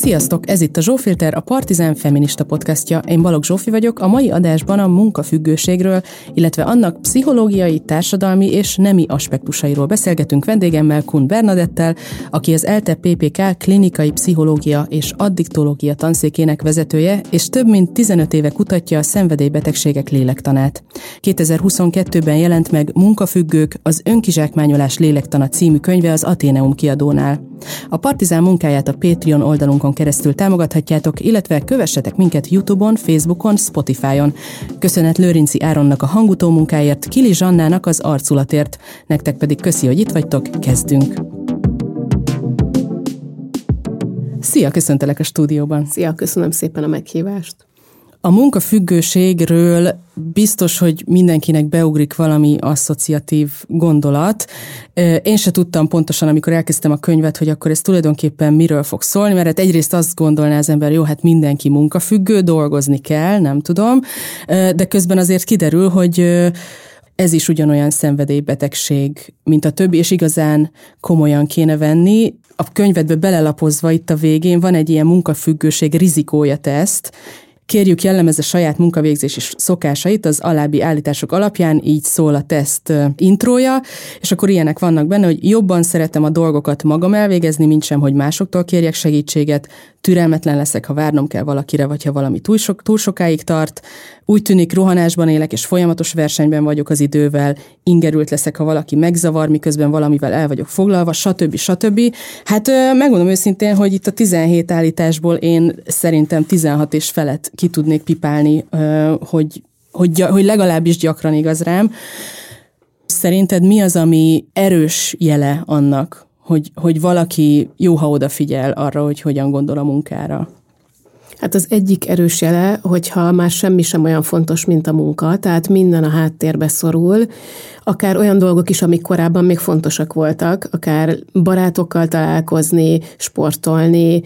Sziasztok! Ez itt a Zsófilter, a Partizán feminista podcastja. Én Balogh Zsófi vagyok, a mai adásban a munkafüggőségről, illetve annak pszichológiai, társadalmi és nemi aspektusairól beszélgetünk vendégemmel, Kun Bernadettel, aki az ELTE PPK klinikai pszichológia és addiktológia tanszékének vezetője, és több mint 15 éve kutatja a szenvedélybetegségek lélektanát. 2022-ben jelent meg Munkafüggők, az önkizsákmányolás lélektana című könyve az Atheneum kiadónál. A Partizán munkáját a Patreon oldalunkon keresztül támogathatjátok, illetve kövessetek minket YouTube-on, Facebookon, Spotify-on. Köszönet Lőrinci Áronnak a hangutó munkáért, Kili Zsannának az arculatért. Nektek pedig köszi, hogy itt vagytok, kezdünk! Szia, köszöntelek a stúdióban! Szia, köszönöm szépen a meghívást! A munkafüggőségről biztos, hogy mindenkinek beugrik valami asszociatív gondolat. Én se tudtam pontosan, amikor elkezdtem a könyvet, hogy akkor ez tulajdonképpen miről fog szólni, mert hát egyrészt azt gondolná az ember, jó, hát mindenki munkafüggő, dolgozni kell, nem tudom, de közben azért kiderül, hogy ez is ugyanolyan szenvedélybetegség, mint a többi, és igazán komolyan kéne venni. A könyvedbe belelapozva itt a végén van egy ilyen munkafüggőség rizikója teszt. Kérjük, jellemezze saját munkavégzési szokásait az alábbi állítások alapján, így szól a teszt intrója, és akkor ilyenek vannak benne, hogy jobban szeretem a dolgokat magam elvégezni, mint sem, hogy másoktól kérjek segítséget, türelmetlen leszek, ha várnom kell valakire, vagy ha valami túl sokáig tart, úgy tűnik, rohanásban élek, és folyamatos versenyben vagyok az idővel, ingerült leszek, ha valaki megzavar, miközben valamivel el vagyok foglalva, stb. Hát megmondom őszintén, hogy itt a 17 állításból én szerintem 16 és felett ki tudnék pipálni, hogy legalábbis gyakran igaz rám. Szerinted mi az, ami erős jele annak, hogy valaki jó, ha odafigyel arra, hogy hogyan gondol a munkára? Hát az egyik erős jele, hogyha már semmi sem olyan fontos, mint a munka, tehát minden a háttérbe szorul, akár olyan dolgok is, amik korábban még fontosak voltak, akár barátokkal találkozni, sportolni,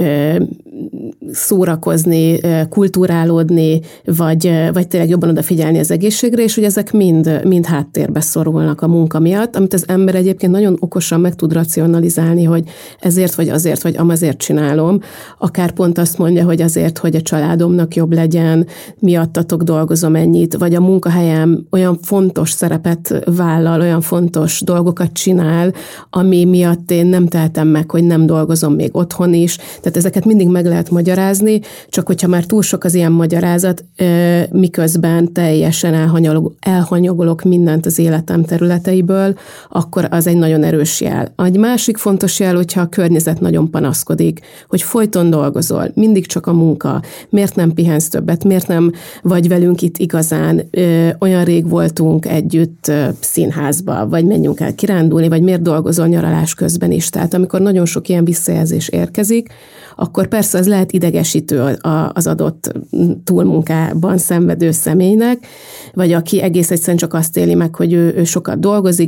szórakozni, kulturálódni, vagy tényleg jobban odafigyelni az egészségre, és hogy ezek mind háttérbe szorulnak a munka miatt, amit az ember egyébként nagyon okosan meg tud racionalizálni, hogy ezért, vagy azért, vagy amazért csinálom. Akár pont azt mondja, hogy azért, hogy a családomnak jobb legyen, miattatok dolgozom ennyit, vagy a munkahelyem olyan fontos szerepet vállal, olyan fontos dolgokat csinál, ami miatt én nem tehetem meg, hogy nem dolgozom még otthon is. Tehát ezeket mindig meg lehet magyarázni, csak hogyha már túl sok az ilyen magyarázat, miközben teljesen elhanyagolok mindent az életem területeiből, akkor az egy nagyon erős jel. Egy másik fontos jel, hogyha a környezet nagyon panaszkodik, hogy folyton dolgozol, mindig csak a munka, miért nem pihensz többet, miért nem vagy velünk itt igazán, olyan rég voltunk együtt színházba, vagy menjünk el kirándulni, vagy miért dolgozol nyaralás közben is. Tehát amikor nagyon sok ilyen visszajelzés érkezik, akkor persze az lehet idegesítő az adott túlmunkában szenvedő személynek, vagy aki egész egyszerűen csak azt éli meg, hogy ő sokat dolgozik,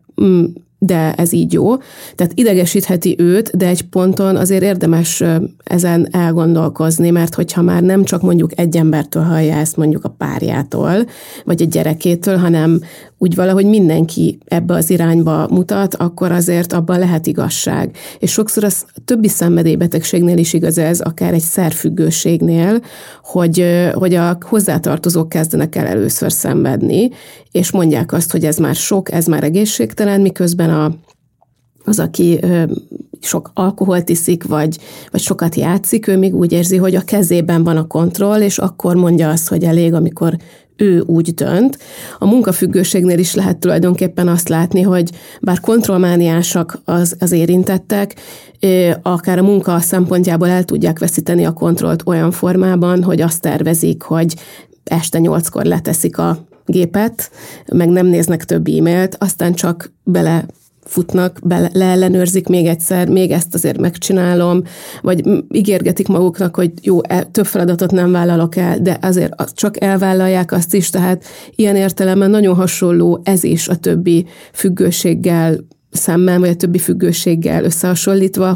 de ez így jó. Tehát idegesítheti őt, de egy ponton azért érdemes ezen elgondolkozni, mert hogyha már nem csak mondjuk egy embertől hallja ezt, mondjuk a párjától, vagy a gyerekétől, hanem úgy valahogy mindenki ebbe az irányba mutat, akkor azért abban lehet igazság. És sokszor az többi szenvedélybetegségnél is igaz ez, akár egy szerfüggőségnél, hogy a hozzátartozók kezdenek el először szenvedni, és mondják azt, hogy ez már sok, ez már egészségtelen, miközben az, aki sok alkoholt iszik, vagy sokat játszik, ő még úgy érzi, hogy a kezében van a kontroll, és akkor mondja azt, hogy elég, amikor ő úgy dönt. A munkafüggőségnél is lehet tulajdonképpen azt látni, hogy bár kontrollmániásak az érintettek, akár a munka szempontjából el tudják veszíteni a kontrollt olyan formában, hogy azt tervezik, hogy este 8-kor leteszik a gépet, meg nem néznek több e-mailt, aztán csak futnak, leellenőrzik még egyszer, még ezt azért megcsinálom, vagy ígérgetik maguknak, hogy jó, több feladatot nem vállalok el, de azért csak elvállalják azt is, tehát ilyen értelemben nagyon hasonló ez is a többi függőséggel szemben, vagy a többi függőséggel összehasonlítva,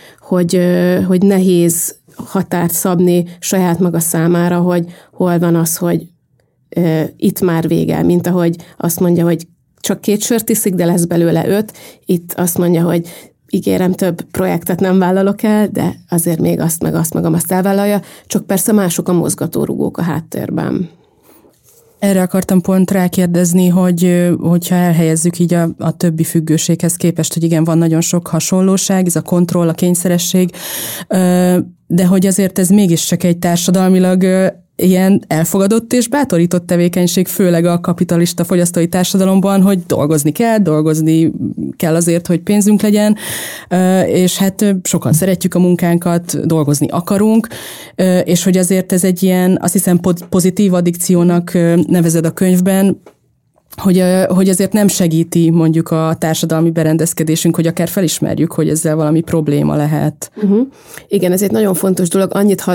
hogy nehéz határt szabni saját maga számára, hogy hol van az, hogy itt már vége, mint ahogy azt mondja, hogy csak 2 sört iszik, de lesz belőle 5. Itt azt mondja, hogy ígérem, több projektet nem vállalok el, de azért még azt elvállalja, csak persze mások a mozgatórugók a háttérben. Erre akartam pont rákérdezni, hogyha elhelyezzük így a többi függőséghez képest, hogy igen, van nagyon sok hasonlóság, ez a kontroll, a kényszeresség, de hogy azért ez mégis csak egy társadalmilag ilyen elfogadott és bátorított tevékenység, főleg a kapitalista fogyasztói társadalomban, hogy dolgozni kell azért, hogy pénzünk legyen, és hát sokan szeretjük a munkánkat, dolgozni akarunk, és hogy azért ez egy ilyen, azt hiszem pozitív addikciónak nevezed a könyvben, hogy azért nem segíti mondjuk a társadalmi berendezkedésünk, hogy akár felismerjük, hogy ezzel valami probléma lehet. Igen, ez egy nagyon fontos dolog.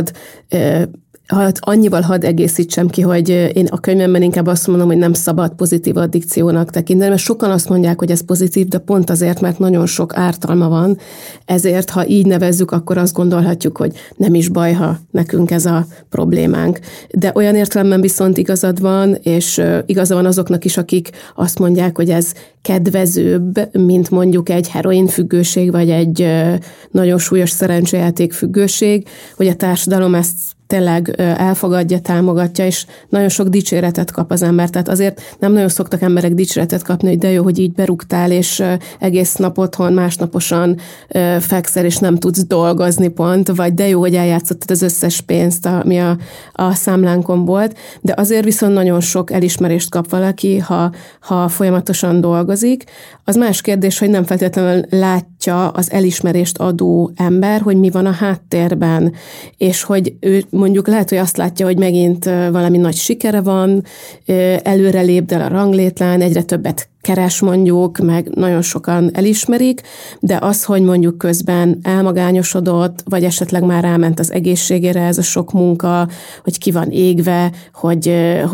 Annyival hadd egészítsem ki, hogy én a könyvemben inkább azt mondom, hogy nem szabad pozitív addikciónak tekinteni, mert sokan azt mondják, hogy ez pozitív, de pont azért, mert nagyon sok ártalma van, ezért, ha így nevezzük, akkor azt gondolhatjuk, hogy nem is baj, ha nekünk ez a problémánk. De olyan értelemben viszont igazad van, és igaza van azoknak is, akik azt mondják, hogy ez kedvezőbb, mint mondjuk egy heroinfüggőség, vagy egy nagyon súlyos szerencsejáték függőség, hogy a társadalom ezt tényleg elfogadja, támogatja, és nagyon sok dicséretet kap az ember. Tehát azért nem nagyon szoktak emberek dicséretet kapni, hogy de jó, hogy így berúgtál, és egész nap otthon, másnaposan fekszel, és nem tudsz dolgozni pont, vagy de jó, hogy eljátszottad az összes pénzt, ami a számlánkon volt. De azért viszont nagyon sok elismerést kap valaki, ha folyamatosan dolgozik. Az más kérdés, hogy nem feltétlenül látja az elismerést adó ember, hogy mi van a háttérben, és hogy ő mondjuk lehet, hogy azt látja, hogy megint valami nagy sikere van, előre lépdel a ranglétrán, egyre többet keres mondjuk, meg nagyon sokan elismerik, de az, hogy mondjuk közben elmagányosodott, vagy esetleg már ráment az egészségére ez a sok munka, hogy ki van égve, hogy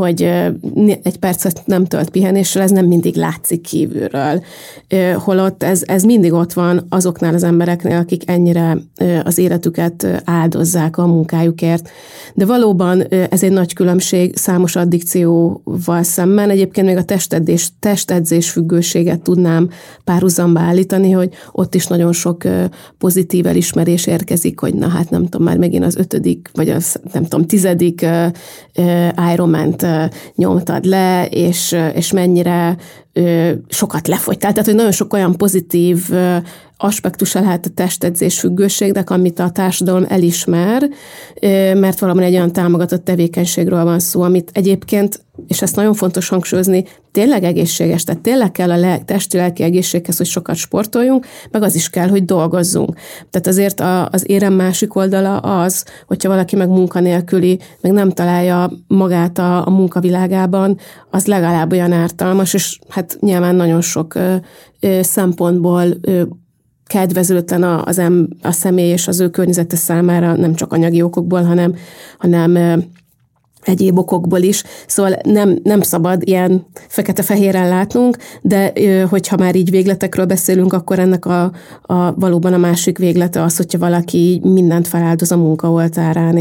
egy percet nem tölt pihenéssel, ez nem mindig látszik kívülről. Holott ez mindig ott van azoknál az embereknél, akik ennyire az életüket áldozzák a munkájukért. De valóban ez egy nagy különbség számos addikcióval szemben. Egyébként még a testedzés függőséget tudnám párhuzamba állítani, hogy ott is nagyon sok pozitív elismerés érkezik, hogy na hát nem tudom, már megint az 5. vagy az nem tudom, 10. Ironman-t nyomtad le, és mennyire sokat lefogytál. Tehát, hogy nagyon sok olyan pozitív aspektusa lehet a testedzés függőségnek, amit a társadalom elismer, mert valami egy olyan támogatott tevékenységről van szó, amit egyébként, és ezt nagyon fontos hangsúlyozni, tényleg egészséges, tehát tényleg kell a testi-lelki egészséghez, hogy sokat sportoljunk, meg az is kell, hogy dolgozzunk. Tehát azért az érem másik oldala az, hogyha valaki meg munkanélküli, meg nem találja magát a munkavilágában, az legalább olyan ártalmas, és hát nyilván nagyon sok szempontból kedvezőtlen a személy és az ő környezete számára, nem csak anyagi okokból, hanem egyéb okokból is. Szóval nem szabad ilyen fekete-fehéren látnunk, de hogyha már így végletekről beszélünk, akkor ennek valóban a másik véglete az, hogyha valaki mindent feláldoz a munka oltárán,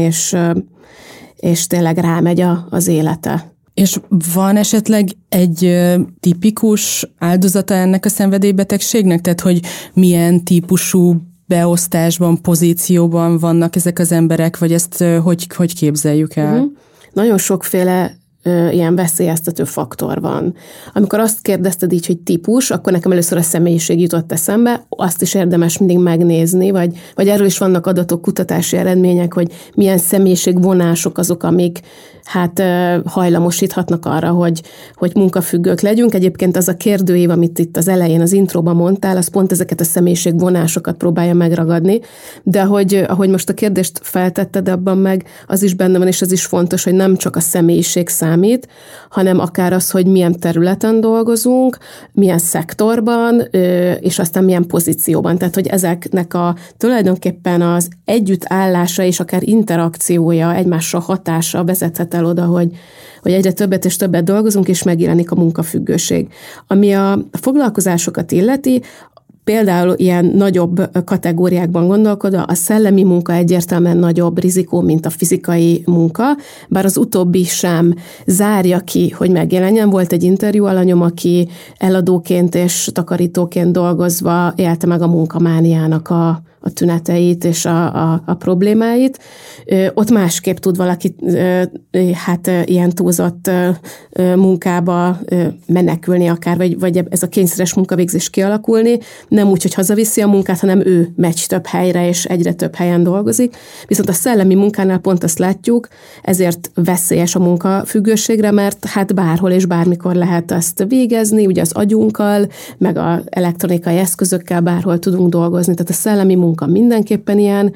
és tényleg rámegy az élete. És van esetleg egy tipikus áldozata ennek a szenvedélybetegségnek? Tehát, hogy milyen típusú beosztásban, pozícióban vannak ezek az emberek, vagy ezt hogy képzeljük el? Nagyon sokféle ilyen veszélyeztető faktor van. Amikor azt kérdezted így, hogy típus, akkor nekem először a személyiség jutott eszembe, azt is érdemes mindig megnézni, vagy erről is vannak adatok, kutatási eredmények, hogy milyen személyiségvonások azok, amik hát hajlamosíthatnak arra, hogy munkafüggők legyünk. Egyébként az a kérdőív, amit itt az elején az intróban mondtál, az pont ezeket a személyiségvonásokat próbálja megragadni, de ahogy most a kérdést feltetted, abban meg az is benne van, és az is fontos, hogy nem csak a személyiség számít, hanem akár az, hogy milyen területen dolgozunk, milyen szektorban, és aztán milyen pozícióban. Tehát, hogy ezeknek tulajdonképpen az együttállása és akár interakciója, egymásra hatása vezethet el oda, hogy egyre többet és többet dolgozunk, és megjelenik a munkafüggőség. Ami a foglalkozásokat illeti, például ilyen nagyobb kategóriákban gondolkodva, a szellemi munka egyértelműen nagyobb rizikó, mint a fizikai munka, bár az utóbbi sem zárja ki, hogy megjelenjen. Volt egy interjú alanyom, aki eladóként és takarítóként dolgozva élte meg a munkamániának a tüneteit és a problémáit. Ott másképp tud valaki ilyen túlzott munkába menekülni akár, vagy ez a kényszeres munkavégzés kialakulni, nem úgy, hogy hazaviszi a munkát, hanem ő megy több helyre, és egyre több helyen dolgozik. Viszont a szellemi munkánál pont azt látjuk, ezért veszélyes a munkafüggőségre, mert hát bárhol és bármikor lehet ezt végezni, ugye az agyunkkal, meg az elektronikai eszközökkel bárhol tudunk dolgozni, tehát a szellemi munka mindenképpen ilyen.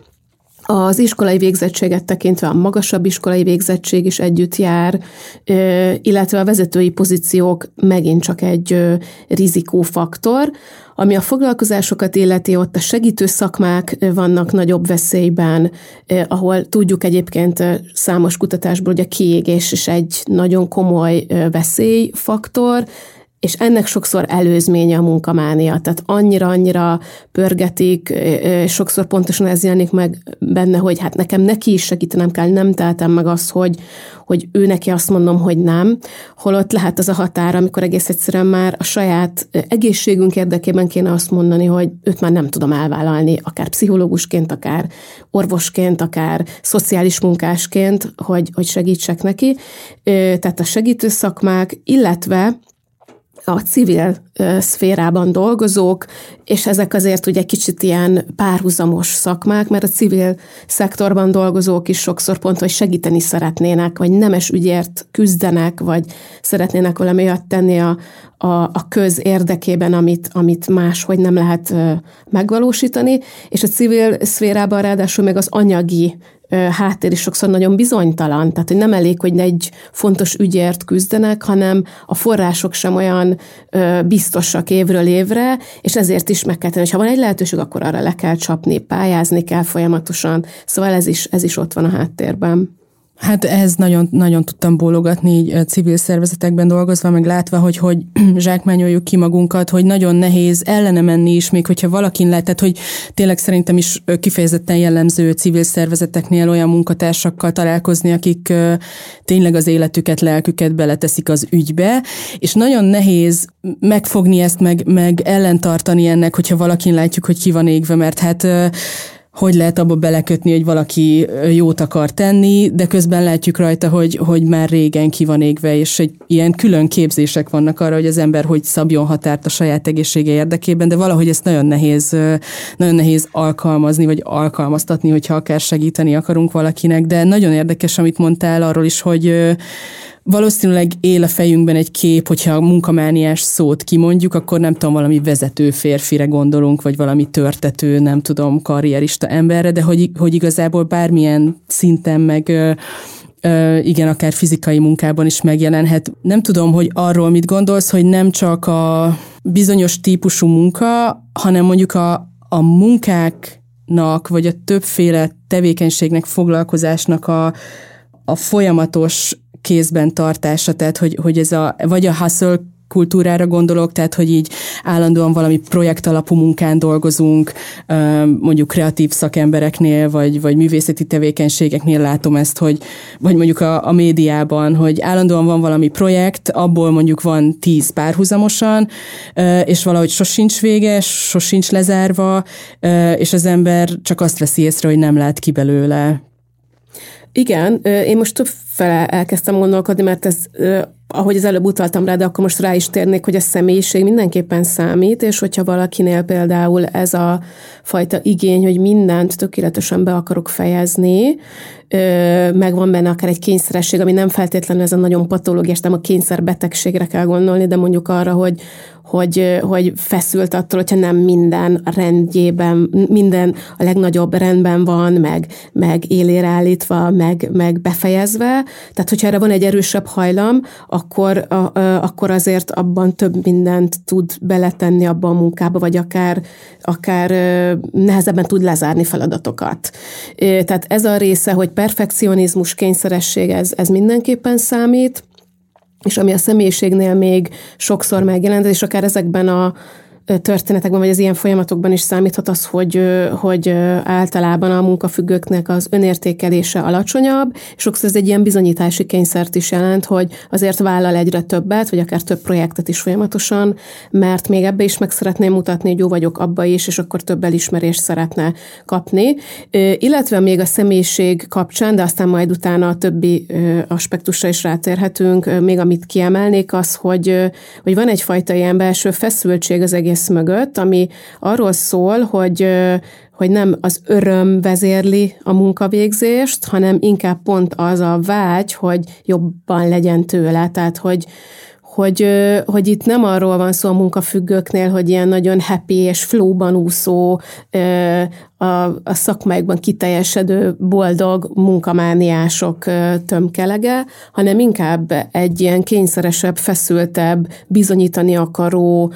Az iskolai végzettséget tekintve a magasabb iskolai végzettség is együtt jár, illetve a vezetői pozíciók megint csak egy rizikófaktor. Ami a foglalkozásokat illeti, ott a segítő szakmák vannak nagyobb veszélyben, ahol tudjuk egyébként számos kutatásból, hogy a kiégés is egy nagyon komoly veszélyfaktor, és ennek sokszor előzménye a munkamánia, tehát annyira pörgetik, sokszor pontosan ez jelenik meg benne, hogy hát nekem neki is segítenem kell, nem tehetem meg azt, hogy ő neki azt mondom, hogy nem, holott lehet az a határ, amikor egész egyszerűen már a saját egészségünk érdekében kéne azt mondani, hogy őt már nem tudom elvállalni, akár pszichológusként, akár orvosként, akár szociális munkásként, hogy segítsek neki. Tehát a segítő szakmák, illetve a civil szférában dolgozók, és ezek azért ugye kicsit ilyen párhuzamos szakmák, mert a civil szektorban dolgozók is sokszor pont, hogy segíteni szeretnének, vagy nemes ügyért küzdenek, vagy szeretnének valami olyat tenni a köz érdekében, amit máshogy nem lehet megvalósítani, és a civil szférában ráadásul még az anyagi háttér is sokszor nagyon bizonytalan, tehát hogy nem elég, hogy egy fontos ügyért küzdenek, hanem a források sem olyan biztosak évről évre, és ezért is meg kell tenni, hogy ha van egy lehetőség, akkor arra le kell csapni, pályázni kell folyamatosan, szóval ez is ott van a háttérben. Hát ehhez nagyon, nagyon tudtam bólogatni így civil szervezetekben dolgozva, meg látva, hogy zsákmányoljuk ki magunkat, hogy nagyon nehéz ellene menni is, még hogyha valakin lehet, tehát hogy tényleg szerintem is kifejezetten jellemző civil szervezeteknél olyan munkatársakkal találkozni, akik tényleg az életüket, lelküket beleteszik az ügybe, és nagyon nehéz megfogni ezt, meg ellentartani ennek, hogyha valakin látjuk, hogy ki van égve, mert hát hogy lehet abba belekötni, hogy valaki jót akar tenni, de közben látjuk rajta, hogy már régen ki van égve, és egy ilyen külön képzések vannak arra, hogy az ember hogy szabjon határt a saját egészsége érdekében, de valahogy ezt nagyon nehéz alkalmazni, vagy alkalmaztatni, hogyha akár segíteni akarunk valakinek, de nagyon érdekes, amit mondtál arról is, hogy valószínűleg él a fejünkben egy kép, hogyha a munkamániás szót kimondjuk, akkor nem tudom, valami vezető férfire gondolunk, vagy valami törtető, nem tudom, karrierista emberre, de hogy igazából bármilyen szinten meg igen, akár fizikai munkában is megjelenhet. Nem tudom, hogy arról mit gondolsz, hogy nem csak a bizonyos típusú munka, hanem mondjuk a munkáknak, vagy a többféle tevékenységnek, foglalkozásnak a folyamatos kézben tartása, tehát hogy ez vagy a hustle kultúrára gondolok, tehát hogy így állandóan valami projekt alapú munkán dolgozunk, mondjuk kreatív szakembereknél, vagy művészeti tevékenységeknél látom ezt, vagy mondjuk a médiában, hogy állandóan van valami projekt, abból mondjuk van 10 párhuzamosan, és valahogy sosincs vége, sosincs lezárva, és az ember csak azt veszi észre, hogy nem lát ki belőle. Igen, én most többfele elkezdtem gondolkodni, mert ez, ahogy az előbb utaltam rá, de akkor most rá is térnék, hogy a személyiség mindenképpen számít, és hogyha valakinél például ez a fajta igény, hogy mindent tökéletesen be akarok fejezni, megvan benne akár egy kényszeresség, ami nem feltétlenül ez a nagyon patológiás, nem a kényszerbetegségre kell gondolni, de mondjuk arra, hogy feszült attól, hogyha nem minden rendjében, minden a legnagyobb rendben van, meg élére állítva, meg befejezve. Tehát, hogyha erre van egy erősebb hajlam, akkor azért abban több mindent tud beletenni abba a munkába, vagy akár nehezebben tud lezárni feladatokat. Tehát ez a része, hogy perfekcionizmus, kényszeresség, ez mindenképpen számít, és ami a személyiségnél még sokszor megjelent, és akár ezekben a történetekben, vagy az ilyen folyamatokban is számíthat az, hogy általában a munkafüggőknek az önértékelése alacsonyabb, és sokszor ez egy ilyen bizonyítási kényszert is jelent, hogy azért vállal egyre többet, vagy akár több projektet is folyamatosan, mert még ebbe is meg szeretném mutatni, hogy jó vagyok abba is, és akkor több elismerést szeretne kapni. Illetve még a személyiség kapcsán, de aztán majd utána a többi aspektusra is rátérhetünk, még amit kiemelnék az, hogy van egyfajta ilyen belső feszültség az egész mögött, ami arról szól, hogy nem az öröm vezérli a munkavégzést, hanem inkább pont az a vágy, hogy jobban legyen tőle. Tehát, hogy itt nem arról van szó a munkafüggőknél, hogy ilyen nagyon happy és flowban úszó, a szakmáikban kiteljesedő, boldog munkamániások tömkelege, hanem inkább egy ilyen kényszeresebb, feszültebb, bizonyítani akaró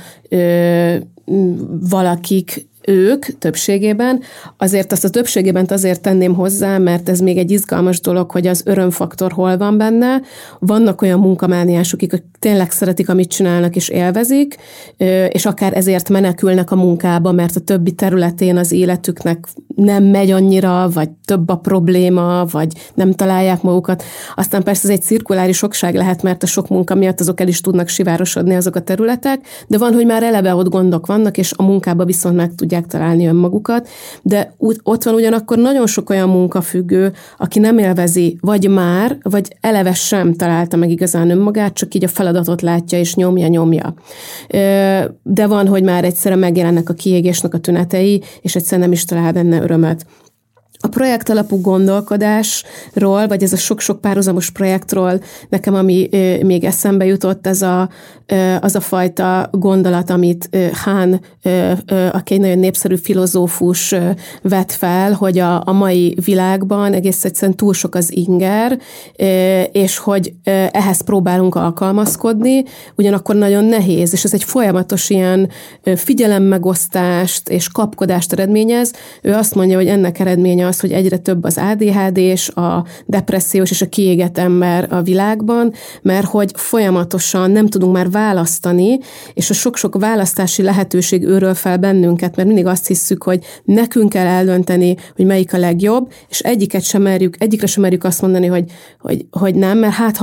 valakik, ők többségében, azért azt a többségében azért tenném hozzá, mert ez még egy izgalmas dolog, hogy az örömfaktor hol van benne. Vannak olyan munkamániások, akik tényleg szeretik, amit csinálnak, és élvezik, és akár ezért menekülnek a munkába, mert a többi területén az életüknek nem megy annyira, vagy több a probléma, vagy nem találják magukat. Aztán persze ez egy cirkuláris okság lehet, mert a sok munka miatt azok el is tudnak sivárosodni azok a területek, de van, hogy már eleve ott gondok vannak, és a munkába viszont meg tudják találni önmagukat, de ott van ugyanakkor nagyon sok olyan munkafüggő, aki nem élvezi, vagy eleve sem találta meg igazán önmagát, csak így a feladatot látja, és nyomja. De van, hogy már egyszerűen megjelennek a kiégésnek a tünetei, és egyszerűen nem is talál benne örömöt. A projektalapú gondolkodásról, vagy ez a sok-sok párhuzamos projektről nekem, ami még eszembe jutott, az a fajta gondolat, amit Hahn, aki egy nagyon népszerű filozófus vett fel, hogy a mai világban egész egyszerűen túl sok az inger, és hogy ehhez próbálunk alkalmazkodni, ugyanakkor nagyon nehéz, és ez egy folyamatos ilyen figyelemmegosztást és kapkodást eredményez. Ő azt mondja, hogy ennek eredménye az, hogy egyre több az ADHD-s, a depressziós és a kiégett ember a világban, mert hogy folyamatosan nem tudunk már választani, és a sok-sok választási lehetőség őről fel bennünket, mert mindig azt hisszük, hogy nekünk kell eldönteni, hogy melyik a legjobb, és egyikre sem merjük azt mondani, hogy nem, mert hát ha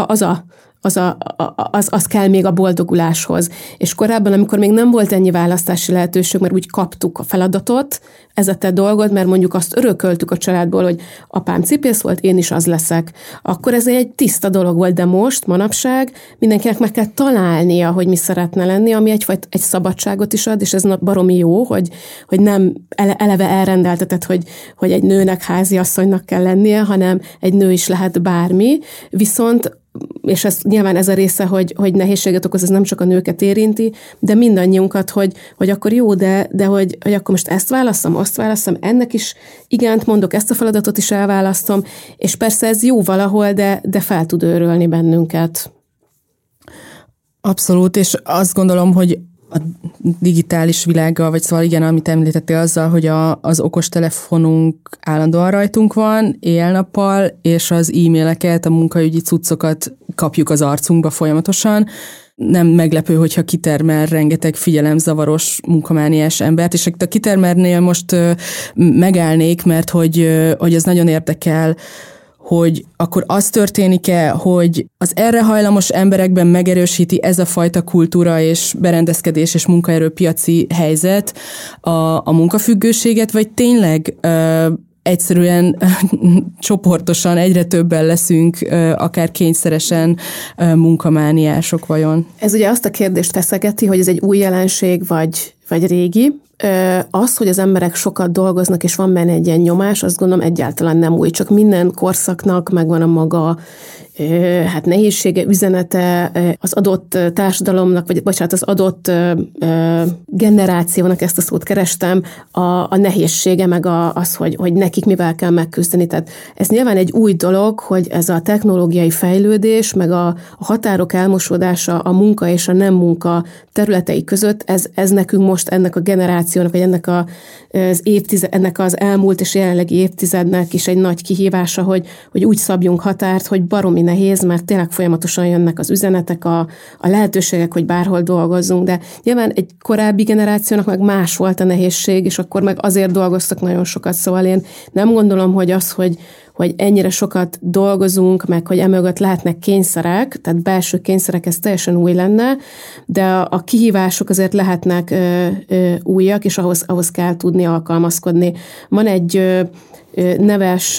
az kell még a boldoguláshoz. És korábban, amikor még nem volt ennyi választási lehetőség, mert úgy kaptuk a feladatot, ez a te dolgod, mert mondjuk azt örököltük a családból, hogy apám cipész volt, én is az leszek. Akkor ez egy tiszta dolog volt, de most, manapság mindenkinek meg kell találnia, hogy mi szeretne lenni, ami egy szabadságot is ad, és ez baromi jó, hogy nem eleve elrendeltetett, hogy egy nőnek háziasszonynak kell lennie, hanem egy nő is lehet bármi, viszont és nyilván ez a része, hogy nehézséget okoz, ez nem csak a nőket érinti, de mindannyiunkat, hogy akkor jó, de hogy akkor most ezt válasszam, azt válasszam, ennek is igent mondok, ezt a feladatot is elválasztom, és persze ez jó valahol, de fel tud őrölni bennünket. Abszolút, és azt gondolom, hogy a digitális világgal, vagy szóval igen, amit említettél azzal, hogy az okostelefonunk állandóan rajtunk van, éjjel-nappal, és az e-maileket, a munkaügyi cuccokat kapjuk az arcunkba folyamatosan. Nem meglepő, hogyha kitermel rengeteg figyelemzavaros munkamániás embert, és a kitermernél most megállnék, mert hogy ez nagyon érdekel, hogy akkor az történik-e, hogy az erre hajlamos emberekben megerősíti ez a fajta kultúra és berendezkedés és munkaerőpiaci helyzet a munkafüggőséget, vagy tényleg egyszerűen csoportosan egyre többen leszünk, akár kényszeresen munkamániások vajon? Ez ugye azt a kérdést feszegeti, hogy ez egy új jelenség, vagy régi. Az, hogy az emberek sokat dolgoznak, és van benne egy ilyen nyomás, azt gondolom egyáltalán nem új, csak minden korszaknak megvan a maga nehézsége, üzenete, az adott társadalomnak, vagy bocsánat, az adott generációnak, ezt a szót kerestem, a nehézsége, meg az, hogy nekik mivel kell megküzdeni. Tehát ez nyilván egy új dolog, hogy ez a technológiai fejlődés, meg a határok elmosódása a munka és a nem munka területei között, ez nekünk most ennek a generációnak, vagy ennek az elmúlt és jelenlegi évtizednek is egy nagy kihívása, hogy úgy szabjunk határt, hogy baromi nehéz, mert tényleg folyamatosan jönnek az üzenetek, a lehetőségek, hogy bárhol dolgozzunk, de nyilván egy korábbi generációnak meg más volt a nehézség, és akkor meg azért dolgoztak nagyon sokat, szóval én nem gondolom, hogy az, hogy ennyire sokat dolgozunk, meg hogy emögött lehetnek kényszerek, tehát belső kényszerek, ez teljesen új lenne, de a kihívások azért lehetnek újak, és ahhoz kell tudni alkalmazkodni. Van egy neves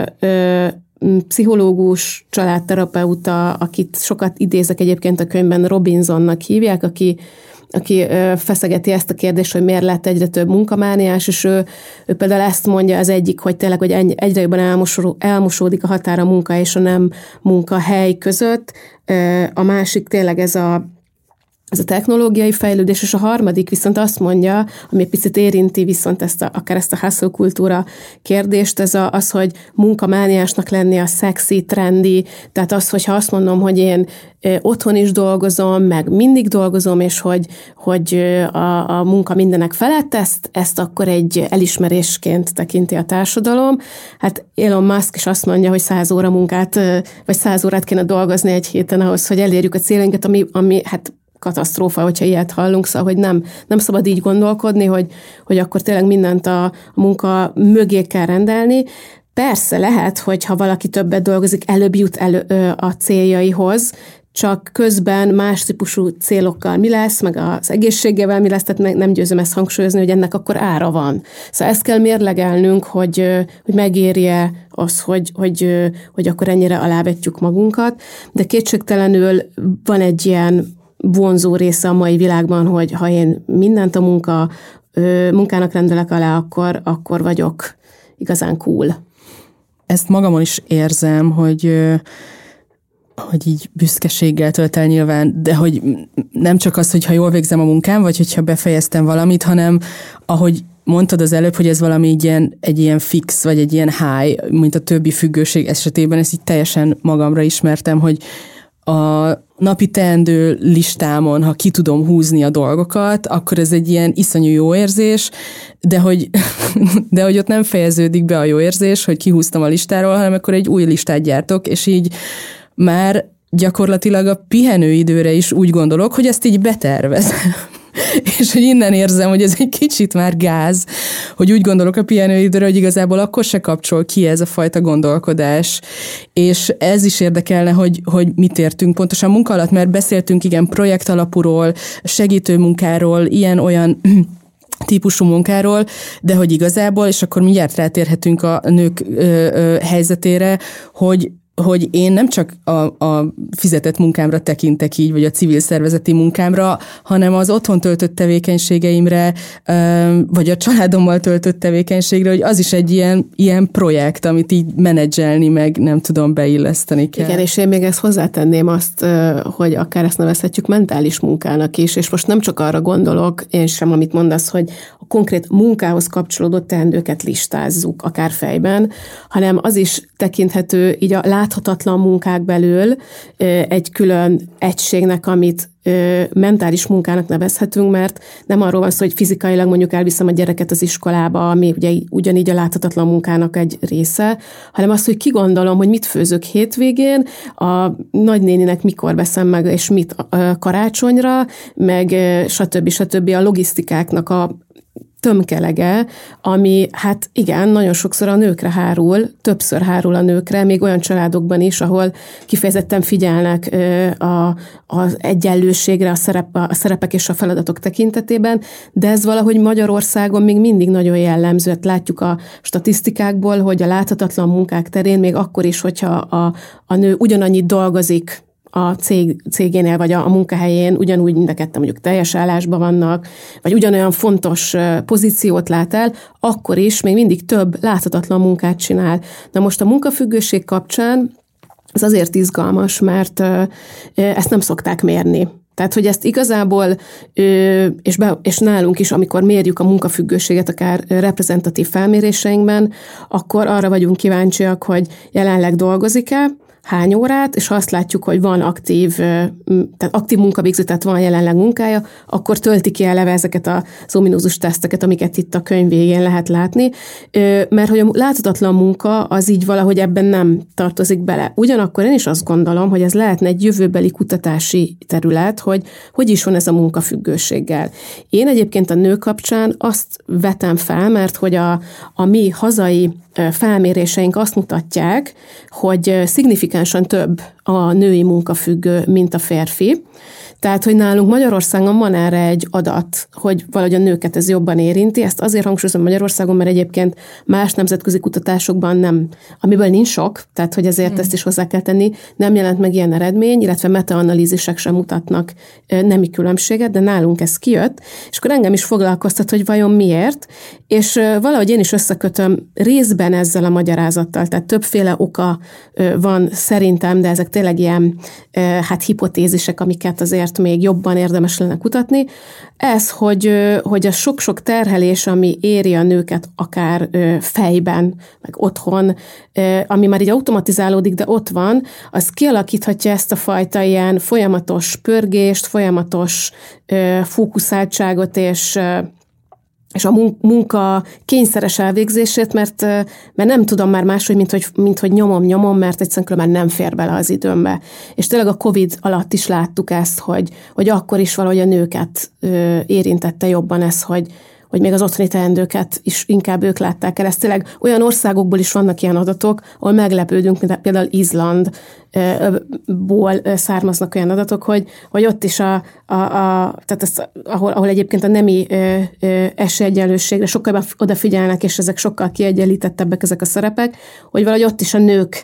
pszichológus, családterapeuta, akit sokat idézek egyébként a könyvben, Robinsonnak hívják, aki feszegeti ezt a kérdést, hogy miért lett egyre több munkamániás, és ő például ezt mondja az egyik, hogy tényleg, hogy egyre jobban elmosódik a határ a munka és a nem munkahely között. A másik tényleg ez a technológiai fejlődés, és a harmadik viszont azt mondja, ami egy picit érinti viszont akár ezt a hustle kultúra kérdést, ez az, hogy munkamániásnak lenni a szexi, trendi, tehát az, hogyha azt mondom, hogy én otthon is dolgozom, meg mindig dolgozom, és hogy a munka mindenek felett, ezt akkor egy elismerésként tekinti a társadalom. Hát Elon Musk is azt mondja, hogy 100 óra munkát, vagy 100 órát kéne dolgozni egy héten ahhoz, hogy elérjük a célunkat, ami hát katasztrófa, hogyha ilyet hallunk, szóval, hogy nem szabad így gondolkodni, hogy akkor tényleg mindent a munka mögé kell rendelni. Persze lehet, hogyha valaki többet dolgozik, előbb jut a céljaihoz, csak közben más típusú célokkal mi lesz, meg az egészségével mi lesz, tehát nem győzöm ezt hangsúlyozni, hogy ennek akkor ára van. Szóval ezt kell mérlegelnünk, hogy megérje az, hogy akkor ennyire alávetjük magunkat, de kétségtelenül van egy ilyen vonzó része a mai világban, hogy ha én mindent a munkának rendelek alá, akkor vagyok igazán cool. Ezt magamon is érzem, hogy így büszkeséggel tölt el nyilván, de hogy nem csak az, hogyha jól végzem a munkám, vagy hogyha befejeztem valamit, hanem ahogy mondtad az előbb, hogy ez valami egy ilyen fix, vagy egy ilyen high, mint a többi függőség esetében, ezt így teljesen magamra ismertem, hogy a napi teendő listámon, ha ki tudom húzni a dolgokat, akkor ez egy ilyen iszonyú jó érzés, de hogy ott nem fejeződik be a jó érzés, hogy kihúztam a listáról, hanem akkor egy új listát gyártok, és így már gyakorlatilag a pihenőidőre is úgy gondolok, hogy ezt így betervezem. És hogy innen érzem, hogy ez egy kicsit már gáz, hogy úgy gondolok a pihenőidőre, hogy igazából akkor se kapcsol ki ez a fajta gondolkodás. És ez is érdekelne, hogy mit értünk pontosan munka alatt, mert beszéltünk igen projektalapúról, segítőmunkáról, ilyen-olyan típusú munkáról, de hogy igazából, és akkor mindjárt rátérhetünk a nők helyzetére, hogy én nem csak a fizetett munkámra tekintek így, vagy a civil szervezeti munkámra, hanem az otthon töltött tevékenységeimre, vagy a családommal töltött tevékenységre, hogy az is egy ilyen projekt, amit így menedzselni, meg nem tudom, beilleszteni kell. Igen, és én még ezt hozzátenném azt, hogy akár ezt nevezhetjük mentális munkának is, és most nem csak arra gondolok, én sem, amit mondasz, hogy a konkrét munkához kapcsolódó teendőket listázzuk, akár fejben, hanem az is tekinthető így a láthatatlan munkák belül egy külön egységnek, amit mentális munkának nevezhetünk, mert nem arról van szó, hogy fizikailag mondjuk elviszem a gyereket az iskolába, ami ugye ugyanígy a láthatatlan munkának egy része, hanem az, hogy kigondolom, hogy mit főzök hétvégén, a nagynéninek mikor veszem meg, és mit karácsonyra, meg stb. A logisztikáknak a tömkelege, ami hát igen, nagyon sokszor a nőkre hárul, többször hárul a nőkre, még olyan családokban is, ahol kifejezetten figyelnek az egyenlőségre a szerepek és a feladatok tekintetében, de ez valahogy Magyarországon még mindig nagyon jellemző. Látjuk a statisztikákból, hogy a láthatatlan munkák terén még akkor is, hogyha a nő ugyanannyit dolgozik a cégénél, vagy a munkahelyén, ugyanúgy mind a ketten mondjuk teljes állásban vannak, vagy ugyanolyan fontos pozíciót lát el, akkor is még mindig több láthatatlan munkát csinál. Na most a munkafüggőség kapcsán ez azért izgalmas, mert ezt nem szokták mérni. Tehát, hogy ezt igazából, és nálunk is, amikor mérjük a munkafüggőséget, akár reprezentatív felméréseinkben, akkor arra vagyunk kíváncsiak, hogy jelenleg dolgozik-e. hány órát, és ha azt látjuk, hogy van aktív munkavégző, tehát van jelenleg munkája, akkor tölti ki eleve ezeket az ominózus teszteket, amiket itt a könyv végén lehet látni, mert hogy a láthatatlan munka az így valahogy ebben nem tartozik bele. Ugyanakkor én is azt gondolom, hogy ez lehetne egy jövőbeli kutatási terület, hogy is van ez a munkafüggőséggel. Én egyébként a nők kapcsán azt vetem fel, mert hogy a mi hazai felméréseink azt mutatják, hogy szignifikánsan több a női munkafüggő, mint a férfi. Tehát, hogy nálunk Magyarországon van erre egy adat, hogy valahogy a nőket ez jobban érinti. Ezt azért hangsúlyozom Magyarországon, mert egyébként más nemzetközi kutatásokban nem, amiből nincs sok, tehát hogy ezért ezt is hozzá kell tenni, nem jelent meg ilyen eredmény, illetve metaanalízisek sem mutatnak nemi különbséget, de nálunk ez kijött, és akkor engem is foglalkoztat, hogy vajon miért, és valahogy én is összekötöm részben ezzel a magyarázattal, tehát többféle oka van szerintem, de ezek tényleg ilyen hipotézisek, amiket azért még jobban érdemes lenne kutatni. Ez, hogy a sok-sok terhelés, ami éri a nőket akár fejben, meg otthon, ami már így automatizálódik, de ott van, az kialakíthatja ezt a fajta ilyen folyamatos pörgést, folyamatos fókuszáltságot és a munka kényszeres elvégzését, mert nem tudom már máshogy, mint hogy nyomom, mert egyszerűen különben nem fér bele az időmbe. És tényleg a Covid alatt is láttuk ezt, hogy akkor is valahogy a nőket érintette jobban ez, hogy még az otthoni teendőket is inkább ők látták el. Ez tényleg olyan országokból is vannak ilyen adatok, ahol meglepődünk, mint például Izlandból származnak olyan adatok, hogy ott is tehát ezt, ahol egyébként a nemi esélyegyenlőségre sokkal odafigyelnek, és ezek sokkal kiegyenlítettebbek ezek a szerepek, hogy valahogy ott is a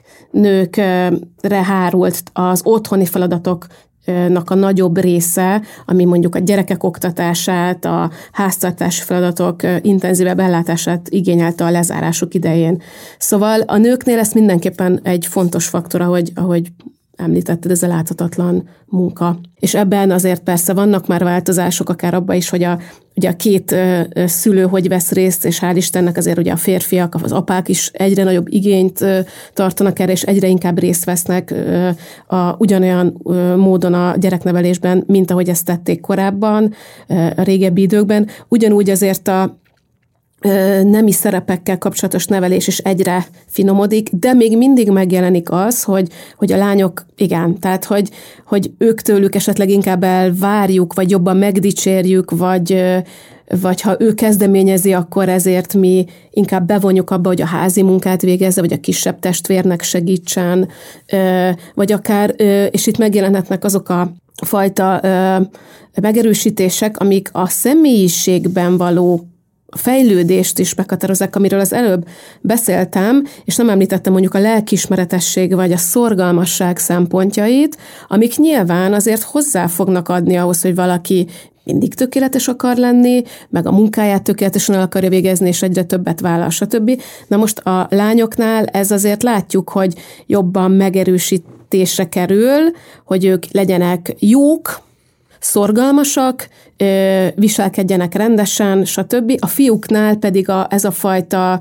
nőkre hárult az otthoni feladatok a nagyobb része, ami mondjuk a gyerekek oktatását, a háztartási feladatok intenzívebb ellátását igényelte a lezárásuk idején. Szóval a nőknél ez mindenképpen egy fontos faktor, ahogy említetted, ez a láthatatlan munka. És ebben azért persze vannak már változások, akár abban is, hogy ugye a két szülő hogy vesz részt, és hál' Istennek azért ugye a férfiak, az apák is egyre nagyobb igényt tartanak erre, és egyre inkább részt vesznek ugyanolyan módon a gyereknevelésben, mint ahogy ezt tették korábban, a régebbi időkben. Ugyanúgy azért a nemi szerepekkel kapcsolatos nevelés is egyre finomodik, de még mindig megjelenik az, hogy a lányok, igen, tehát hogy ők tőlük esetleg inkább elvárjuk, vagy jobban megdicsérjük, vagy ha ő kezdeményezi, akkor ezért mi inkább bevonjuk abba, hogy a házi munkát végezze, vagy a kisebb testvérnek segítsen, vagy akár, és itt megjelenhetnek azok a fajta megerősítések, amik a személyiségben való fejlődést is meghatározzák, amiről az előbb beszéltem, és nem említettem mondjuk a lelkiismeretesség vagy a szorgalmasság szempontjait, amik nyilván azért hozzá fognak adni ahhoz, hogy valaki mindig tökéletes akar lenni, meg a munkáját tökéletesen el akarja végezni, és egyre többet vállal, stb. Na most a lányoknál ez azért látjuk, hogy jobban megerősítésre kerül, hogy ők legyenek jók, szorgalmasak, viselkedjenek rendesen, stb. A fiúknál pedig ez a fajta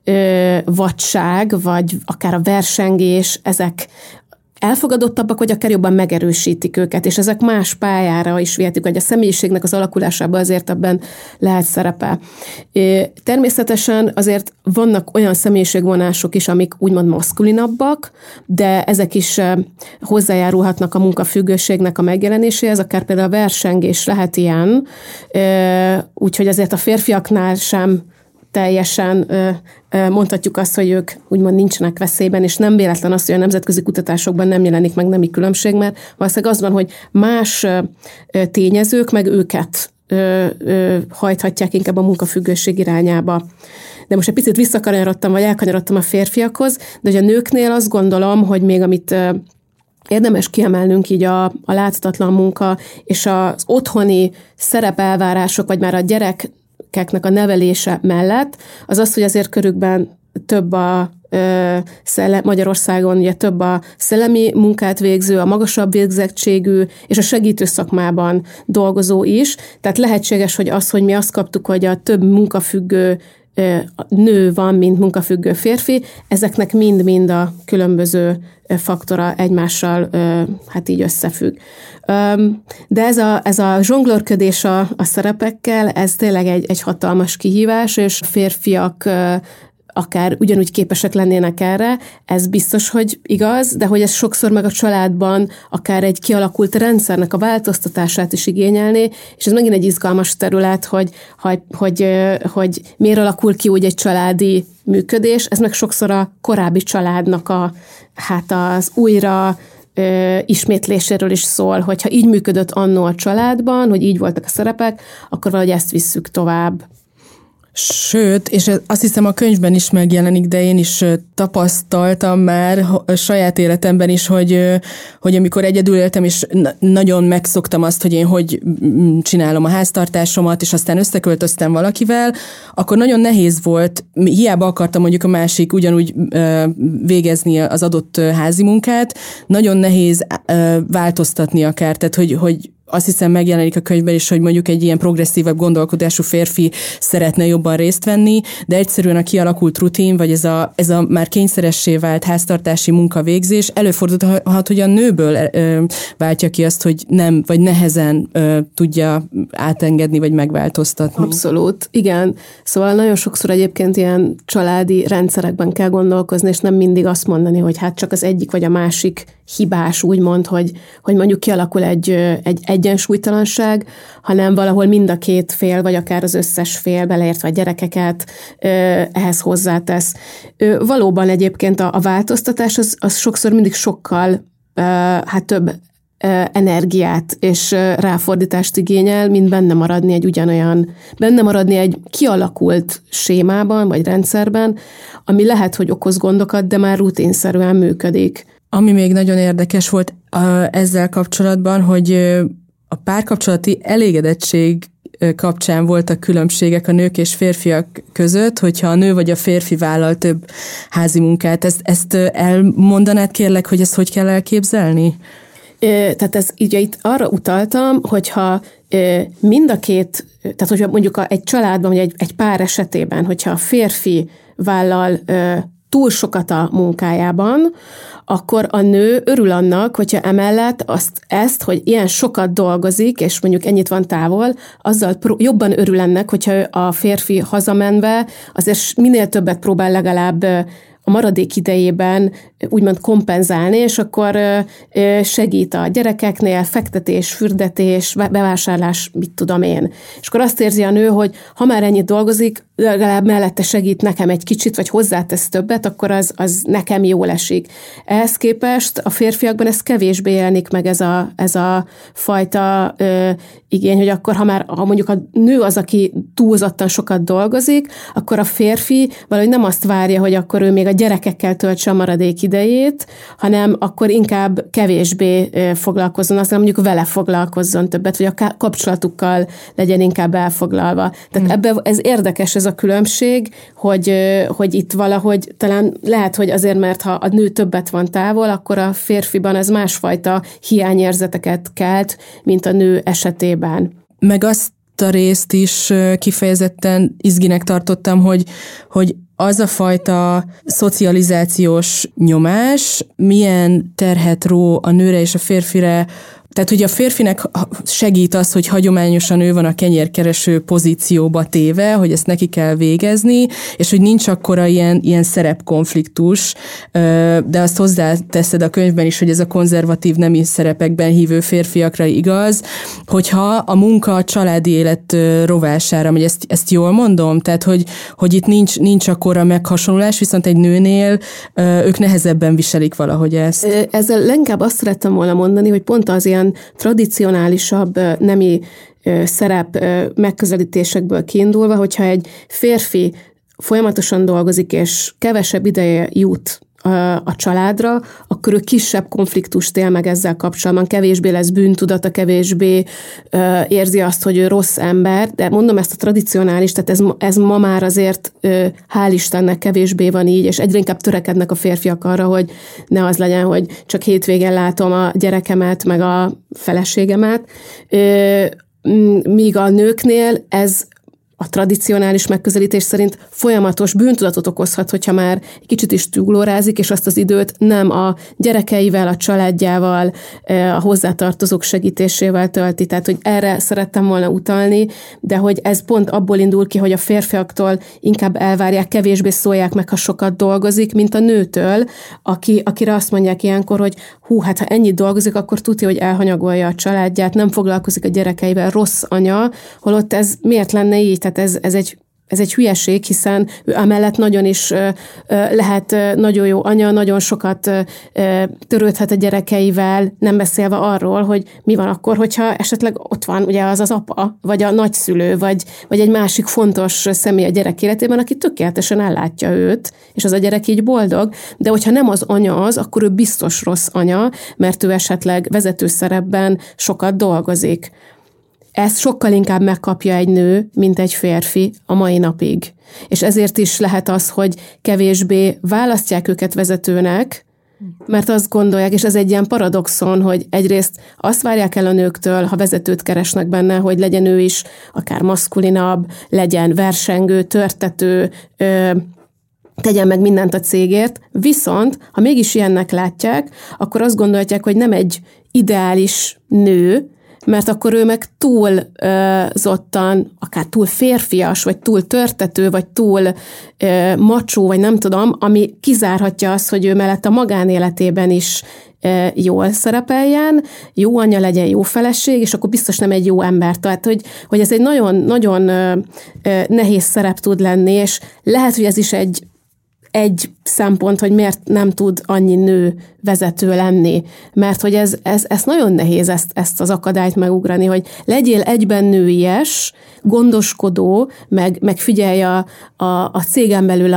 vadság, vagy akár a versengés, ezek elfogadottabbak, vagy akár jobban megerősítik őket, és ezek más pályára is vihetik, hogy a személyiségnek az alakulásában azért ebben lehet szerepe. Természetesen azért vannak olyan személyiségvonások is, amik úgymond maszkulinabbak, de ezek is hozzájárulhatnak a munkafüggőségnek a megjelenéséhez, akár például a versengés lehet ilyen, úgyhogy azért a férfiaknál sem teljesen mondhatjuk azt, hogy ők úgymond nincsenek veszélyben, és nem véletlen az, hogy a nemzetközi kutatásokban nem jelenik meg nemi különbség, mert valószínűleg az van, hogy más tényezők meg őket hajthatják inkább a munkafüggőség irányába. De most egy picit visszakanyarodtam, vagy elkanyarodtam a férfiakhoz, de hogy a nőknél azt gondolom, hogy még amit érdemes kiemelnünk így a láthatatlan munka, és az otthoni szerepelvárások, vagy már a gyerekeknek a nevelése mellett, az, hogy azért körükben több Magyarországon ugye több a szellemi munkát végző, a magasabb végzettségű és a segítő szakmában dolgozó is. Tehát lehetséges, hogy mi azt kaptuk, hogy a több munkafüggő nő van, mint munkafüggő férfi, ezeknek mind-mind a különböző faktora egymással hát így összefügg. De ez a zsonglőrködés a szerepekkel, ez tényleg egy hatalmas kihívás, és férfiak akár ugyanúgy képesek lennének erre, ez biztos, hogy igaz, de hogy ez sokszor meg a családban akár egy kialakult rendszernek a változtatását is igényelné, és ez megint egy izgalmas terület, hogy miért alakul ki úgy egy családi működés, ez meg sokszor a korábbi családnak az újra ismétléséről is szól, hogyha így működött annó a családban, hogy így voltak a szerepek, akkor valahogy ezt visszük tovább. Sőt, és azt hiszem a könyvben is megjelenik, de én is tapasztaltam már a saját életemben is, hogy amikor egyedül éltem, és nagyon megszoktam azt, hogy én hogy csinálom a háztartásomat, és aztán összeköltöztem valakivel, akkor nagyon nehéz volt, hiába akartam mondjuk a másik ugyanúgy végezni az adott házi munkát, nagyon nehéz változtatni akár, tehát hogy azt hiszem megjelenik a könyvben is, hogy mondjuk egy ilyen progresszívebb gondolkodású férfi szeretne jobban részt venni, de egyszerűen a kialakult rutin, vagy ez a már kényszeressé vált háztartási munkavégzés előfordulhat, hogy a nőből váltja ki azt, hogy nem, vagy nehezen tudja átengedni, vagy megváltoztatni. Abszolút, igen. Szóval nagyon sokszor egyébként ilyen családi rendszerekben kell gondolkozni, és nem mindig azt mondani, hogy hát csak az egyik vagy a másik hibás, úgymond, hogy mondjuk kialakul egy egyensúlytalanság, hanem valahol mind a két fél, vagy akár az összes fél, beleértve a gyerekeket, ehhez hozzátesz. Valóban egyébként a változtatás az sokszor mindig sokkal több energiát és ráfordítást igényel, mint benne maradni egy kialakult sémában, vagy rendszerben, ami lehet, hogy okoz gondokat, de már rutinszerűen működik. Ami még nagyon érdekes volt ezzel kapcsolatban, hogy a párkapcsolati elégedettség kapcsán voltak különbségek a nők és férfiak között, hogyha a nő vagy a férfi vállal több házi munkát. Ezt elmondanád kérlek, hogy ezt hogy kell elképzelni? Tehát ez ugye itt arra utaltam, hogyha mind a két, tehát hogyha mondjuk egy családban, vagy egy pár esetében, hogyha a férfi vállal túl sokat a munkájában, akkor a nő örül annak, hogyha emellett ezt, hogy ilyen sokat dolgozik, és mondjuk ennyit van távol, azzal jobban örül ennek, hogyha a férfi hazamenve azért minél többet próbál legalább a maradék idejében úgymond kompenzálni, és akkor segít a gyerekeknél, fektetés, fürdetés, bevásárlás, mit tudom én. És akkor azt érzi a nő, hogy ha már ennyit dolgozik, legalább mellette segít nekem egy kicsit, vagy hozzátesz többet, akkor az nekem jól esik. Ehhez képest a férfiakban ez kevésbé jelenik meg ez a fajta igény, hogy akkor ha mondjuk a nő az, aki túlzottan sokat dolgozik, akkor a férfi valahogy nem azt várja, hogy akkor ő még a gyerekekkel töltse a maradék idejét, hanem akkor inkább kevésbé foglalkozzon, aztán mondjuk vele foglalkozzon többet, vagy a kapcsolatukkal legyen inkább elfoglalva. Tehát ebben ez érdekes ez a különbség, hogy itt valahogy talán lehet, hogy azért, mert ha a nő többet van távol, akkor a férfiban ez másfajta hiányérzeteket kelt, mint a nő esetében. Meg azt a részt is kifejezetten izginek tartottam, hogy az a fajta szocializációs nyomás milyen terhet ró a nőre és a férfire. Tehát, hogy a férfinek segít az, hogy hagyományosan ő van a kenyérkereső pozícióba téve, hogy ezt neki kell végezni, és hogy nincs akkora ilyen szerepkonfliktus, de azt hozzáteszed a könyvben is, hogy ez a konzervatív nemi szerepekben hívő férfiakra igaz, hogyha a munka a családi élet rovására megy, ezt jól mondom? Tehát, hogy itt nincs akkora meghasonlulás, viszont egy nőnél ők nehezebben viselik valahogy ezt. Ezzel leginkább azt szerettem volna mondani, hogy pont az ilyen tradicionálisabb nemi szerep megközelítésekből kiindulva, hogyha egy férfi folyamatosan dolgozik, és kevesebb ideje jut a családra, akkor ő kisebb konfliktust él meg ezzel kapcsolatban, kevésbé lesz bűntudata, kevésbé érzi azt, hogy ő rossz ember, de mondom ezt a tradicionális, tehát ez ma már azért hál' Istennek kevésbé van így, és egyre inkább törekednek a férfiak arra, hogy ne az legyen, hogy csak hétvégén látom a gyerekemet, meg a feleségemet, míg a nőknél ez a tradicionális megközelítés szerint folyamatos bűntudatot okozhat, hogyha már egy kicsit is túlórázik, és azt az időt nem a gyerekeivel, a családjával, a hozzátartozók segítésével tölti. Tehát, hogy erre szerettem volna utalni, de hogy ez pont abból indul ki, hogy a férfiaktól inkább elvárják, kevésbé szólják meg, ha sokat dolgozik, mint a nőtől, akire azt mondják ilyenkor, hogy hát ha ennyit dolgozik, akkor tudja, hogy elhanyagolja a családját, nem foglalkozik a gyerekeivel, rossz anya, holott ez miért lenne így? Tehát ez egy hülyeség, hiszen ő amellett nagyon is lehet nagyon jó anya, nagyon sokat törődhet a gyerekeivel, nem beszélve arról, hogy mi van akkor, hogyha esetleg ott van ugye az apa, vagy a nagyszülő, vagy egy másik fontos személy a gyerek életében, aki tökéletesen ellátja őt, és az a gyerek így boldog, de hogyha nem az anya az, akkor ő biztos rossz anya, mert ő esetleg vezető szerepben sokat dolgozik. Ezt sokkal inkább megkapja egy nő, mint egy férfi a mai napig. És ezért is lehet az, hogy kevésbé választják őket vezetőnek, mert azt gondolják, és ez egy ilyen paradoxon, hogy egyrészt azt várják el a nőktől, ha vezetőt keresnek benne, hogy legyen ő is akár maszkulinabb, legyen versengő, törtető, tegyen meg mindent a cégért, viszont ha mégis ilyennek látják, akkor azt gondolják, hogy nem egy ideális nő, mert akkor ő meg túlzottan, akár túl férfias, vagy túl törtető, vagy túl macsó, vagy nem tudom, ami kizárhatja azt, hogy ő mellett a magánéletében is jól szerepeljen, jó anya legyen, jó feleség, és akkor biztos nem egy jó ember. Tehát, hogy ez egy nagyon-nagyon nehéz szerep tud lenni, és lehet, hogy ez is egy szempont, hogy miért nem tud annyi nő vezető lenni. Mert hogy ez nagyon nehéz ezt az akadályt megugrani, hogy legyél egyben nőies, gondoskodó, meg figyelj a cégen belül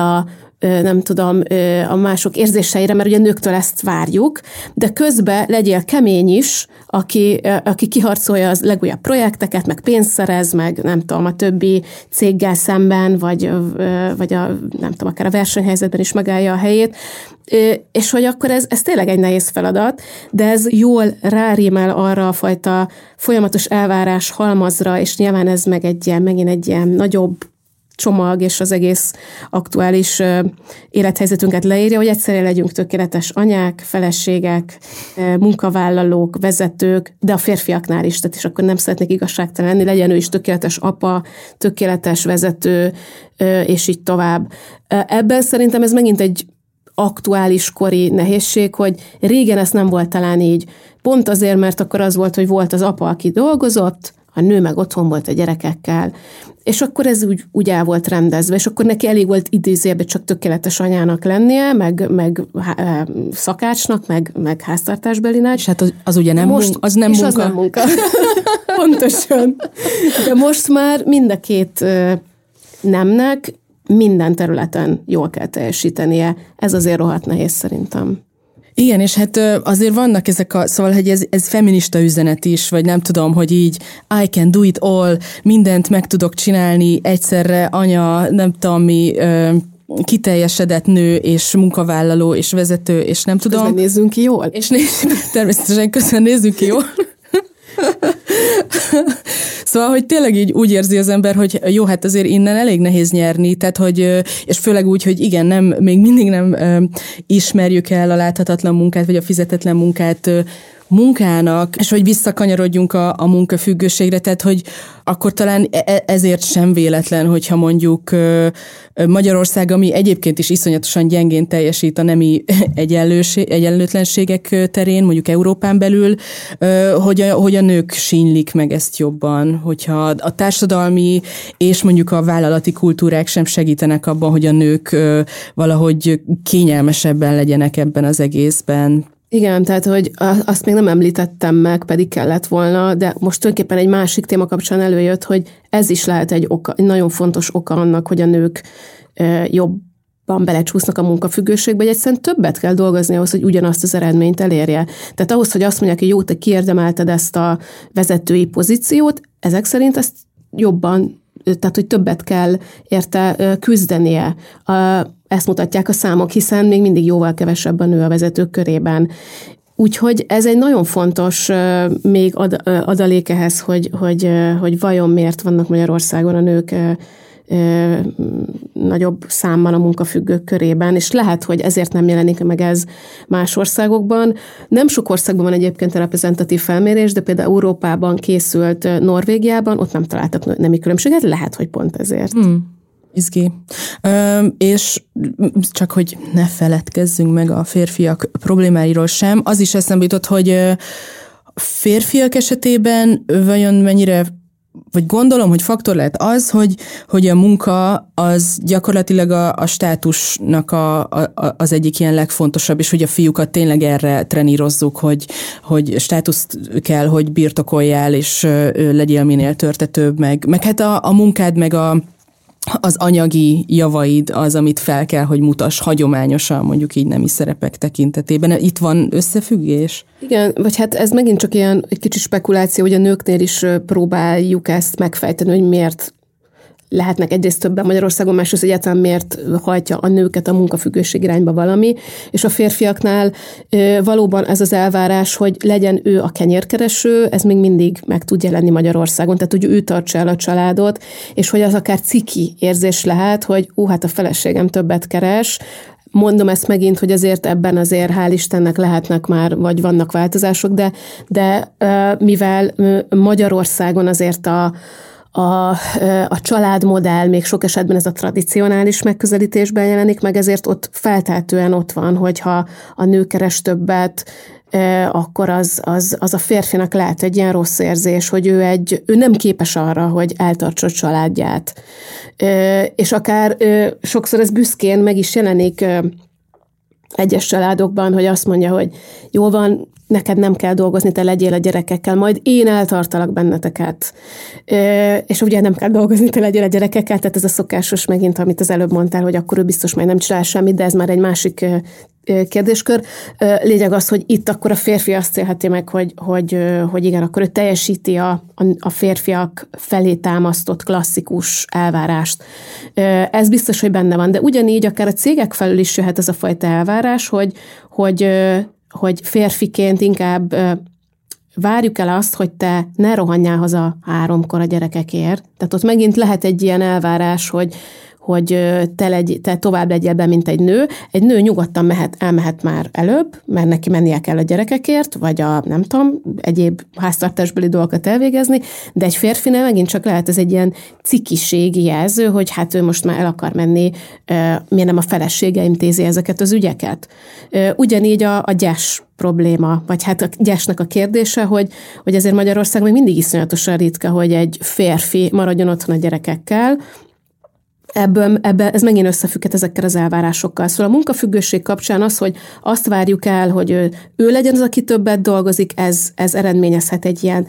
a mások érzéseire, mert ugye nőktől ezt várjuk, de közben legyél kemény is, aki kiharcolja az legújabb projekteket, meg pénzt szerez, meg nem tudom, a többi céggel szemben, vagy nem tudom, akár a versenyhelyzetben is megállja a helyét, és hogy akkor ez tényleg egy nehéz feladat, de ez jól rárímel arra a fajta folyamatos elvárás halmazra, és nyilván ez megint egy ilyen nagyobb csomag, és az egész aktuális élethelyzetünket leírja, hogy egyszerűen legyünk tökéletes anyák, feleségek, munkavállalók, vezetők, de a férfiaknál is, tehát és akkor nem szeretnék igazságtalan lenni, legyen ő is tökéletes apa, tökéletes vezető, és így tovább. Ebben szerintem ez megint egy aktuális kori nehézség, hogy régen ez nem volt talán így. Pont azért, mert akkor az volt, hogy volt az apa, aki dolgozott, a nő meg otthon volt a gyerekekkel, és akkor ez úgy el volt rendezve, és akkor neki elég volt idézőjelben csak tökéletes anyának lennie, meg szakácsnak, meg háztartásbelinek. És hát az ugye nem, az nem és munka. Az nem munka. Pontosan. De most már mind a két nemnek minden területen jól kell teljesítenie. Ez azért rohadt nehéz szerintem. Igen, és hát azért vannak szóval, hogy ez feminista üzenet is, vagy nem tudom, hogy így I can do it all, mindent meg tudok csinálni egyszerre, anya, nem tudom mi, kiteljesedett nő, és munkavállaló, és vezető, és nem tudom. Közben nézzünk ki jól. És természetesen közben nézzünk ki jól. Szóval, hogy tényleg így úgy érzi az ember, hogy jó, hát azért innen elég nehéz nyerni, tehát hogy, és főleg úgy, hogy igen, még mindig nem ismerjük el a láthatatlan munkát, vagy a fizetetlen munkát munkának, és hogy visszakanyarodjunk a munkafüggőségre, tehát hogy akkor talán ezért sem véletlen, hogyha mondjuk Magyarország, ami egyébként is iszonyatosan gyengén teljesít a nemi egyenlőtlenségek terén, mondjuk Európán belül, hogy a nők sínlik meg ezt jobban, hogyha a társadalmi és mondjuk a vállalati kultúrák sem segítenek abban, hogy a nők valahogy kényelmesebben legyenek ebben az egészben. Igen, tehát, hogy azt még nem említettem meg, pedig kellett volna, de most tulajdonképpen egy másik téma kapcsán előjött, hogy ez is lehet egy nagyon fontos oka annak, hogy a nők jobban belecsúsznak a munkafüggőségbe, hogy egyszerűen többet kell dolgozni ahhoz, hogy ugyanazt az eredményt elérje. Tehát ahhoz, hogy azt mondják, hogy jó, te kiérdemelted ezt a vezetői pozíciót, ezek szerint ezt jobban, tehát, hogy többet kell érte küzdenie. Ezt mutatják a számok, hiszen még mindig jóval kevesebb a nő a vezetők körében. Úgyhogy ez egy nagyon fontos még adalék ehhez, hogy vajon miért vannak Magyarországon a nők nagyobb számmal a munkafüggők körében, és lehet, hogy ezért nem jelenik meg ez más országokban. Nem sok országban van egyébként a reprezentatív felmérés, de például Európában készült Norvégiában, ott nem találtak nemi különbséget, lehet, hogy pont ezért. Izgi. És csak, hogy ne feledkezzünk meg a férfiak problémáiról sem, az is eszembe jutott, hogy férfiak esetében vajon mennyire, vagy gondolom, hogy faktor lehet az, hogy a munka az gyakorlatilag a státusnak az egyik ilyen legfontosabb, és hogy a fiúkat tényleg erre trenírozzuk, hogy státuszt kell, hogy birtokoljál, és legyél minél törtetőbb, meg hát a munkád, meg az anyagi javaid az, amit fel kell, hogy mutass hagyományosan, mondjuk így nemi szerepek tekintetében. Itt van összefüggés? Igen, vagy hát ez megint csak ilyen egy kicsi spekuláció, hogy a nőknél is próbáljuk ezt megfejteni, hogy miért lehetnek egyrészt többen Magyarországon, másrészt egyáltalán miért hajtja a nőket a munkafüggőség irányba valami, és a férfiaknál valóban ez az elvárás, hogy legyen ő a kenyérkereső, ez még mindig meg tud jelenni Magyarországon, tehát hogy ő tartsa el a családot, és hogy az akár ciki érzés lehet, hogy hát a feleségem többet keres. Mondom ezt megint, hogy azért ebben azért hál' Istennek lehetnek már, vagy vannak változások, de mivel Magyarországon azért a családmodell még sok esetben ez a tradicionális megközelítésben jelenik meg, ezért ott feltehetően ott van, hogyha a nő keres többet, akkor az a férfinak lehet egy ilyen rossz érzés, hogy ő nem képes arra, hogy eltartsa a családját. És akár sokszor ez büszkén meg is jelenik egyes családokban, hogy azt mondja, hogy jó van, neked nem kell dolgozni, te legyél a gyerekekkel, majd én eltartalak benneteket. És ugye nem kell dolgozni, te legyél a gyerekekkel, tehát ez a szokásos megint, amit az előbb mondtál, hogy akkor ő biztos majd nem csinál semmit, de ez már egy másik kérdéskör. Lényeg az, hogy itt akkor a férfi azt élheti meg, hogy igen, akkor ő teljesíti a férfiak felé támasztott klasszikus elvárást. Ez biztos, hogy benne van, de ugyanígy akár a cégek felül is jöhet ez a fajta elvárás, hogy férfiként inkább várjuk el azt, hogy te ne rohanjál haza 3-kor a gyerekekért. Tehát ott megint lehet egy ilyen elvárás, hogy te tovább legyél be, mint egy nő. Egy nő nyugodtan elmehet már előbb, mert neki mennie kell a gyerekekért, vagy nem tudom, egyéb háztartásbeli dolgokat elvégezni, de egy férfinál megint csak lehet ez egy ilyen cikiségi jelző, hogy hát ő most már el akar menni, miért nem a felesége intézi ezeket az ügyeket. Ugyanígy a gyes probléma, vagy hát a gyesnek a kérdése, hogy ezért Magyarország még mindig iszonyatosan ritka, hogy egy férfi maradjon otthon a gyerekekkel. Ebben ez megint összefügghet ezekkel az elvárásokkal. Szóval a munkafüggőség kapcsán az, hogy azt várjuk el, hogy ő legyen az, aki többet dolgozik, ez eredményezhet egy ilyen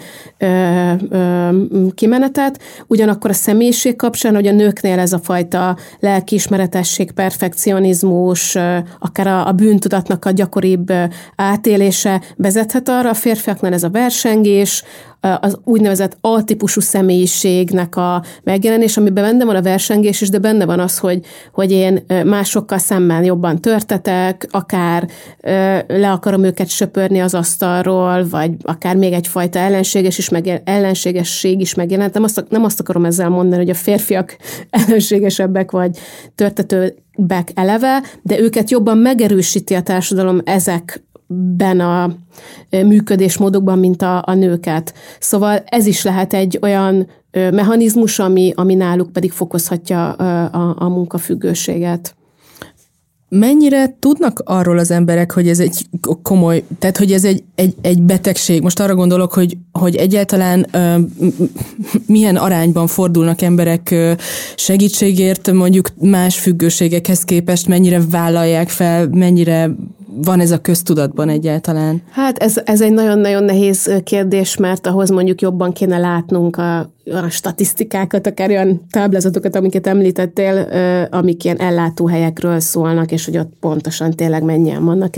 kimenetet. Ugyanakkor a személyiség kapcsán, hogy a nőknél ez a fajta lelkiismeretesség, perfekcionizmus, akár a bűntudatnak a gyakoribb átélése vezethet arra, a férfiaknál ez a versengés, az úgynevezett A-típusú személyiségnek a megjelenés, amiben benne van a versengés is, de benne van az, hogy én másokkal szemben jobban törtetek, akár le akarom őket söpörni az asztalról, vagy akár még egyfajta ellenségesség is megjelent. Nem azt akarom ezzel mondani, hogy a férfiak ellenségesebbek, vagy törtetőbbek eleve, de őket jobban megerősíti a társadalom ezekben a működésmódokban, mint a nőket. Szóval ez is lehet egy olyan mechanizmus, ami náluk pedig fokozhatja a munkafüggőséget. Mennyire tudnak arról az emberek, hogy ez egy komoly, tehát hogy ez egy betegség? Most arra gondolok, hogy egyáltalán milyen arányban fordulnak emberek segítségért, mondjuk más függőségekhez képest, mennyire vállalják fel, mennyire van ez a köztudatban egyáltalán? Hát ez egy nagyon-nagyon nehéz kérdés, mert ahhoz mondjuk jobban kéne látnunk a statisztikákat, akár olyan táblázatokat, amiket említettél, amik ilyen ellátóhelyekről szólnak, és hogy ott pontosan tényleg mennyien vannak.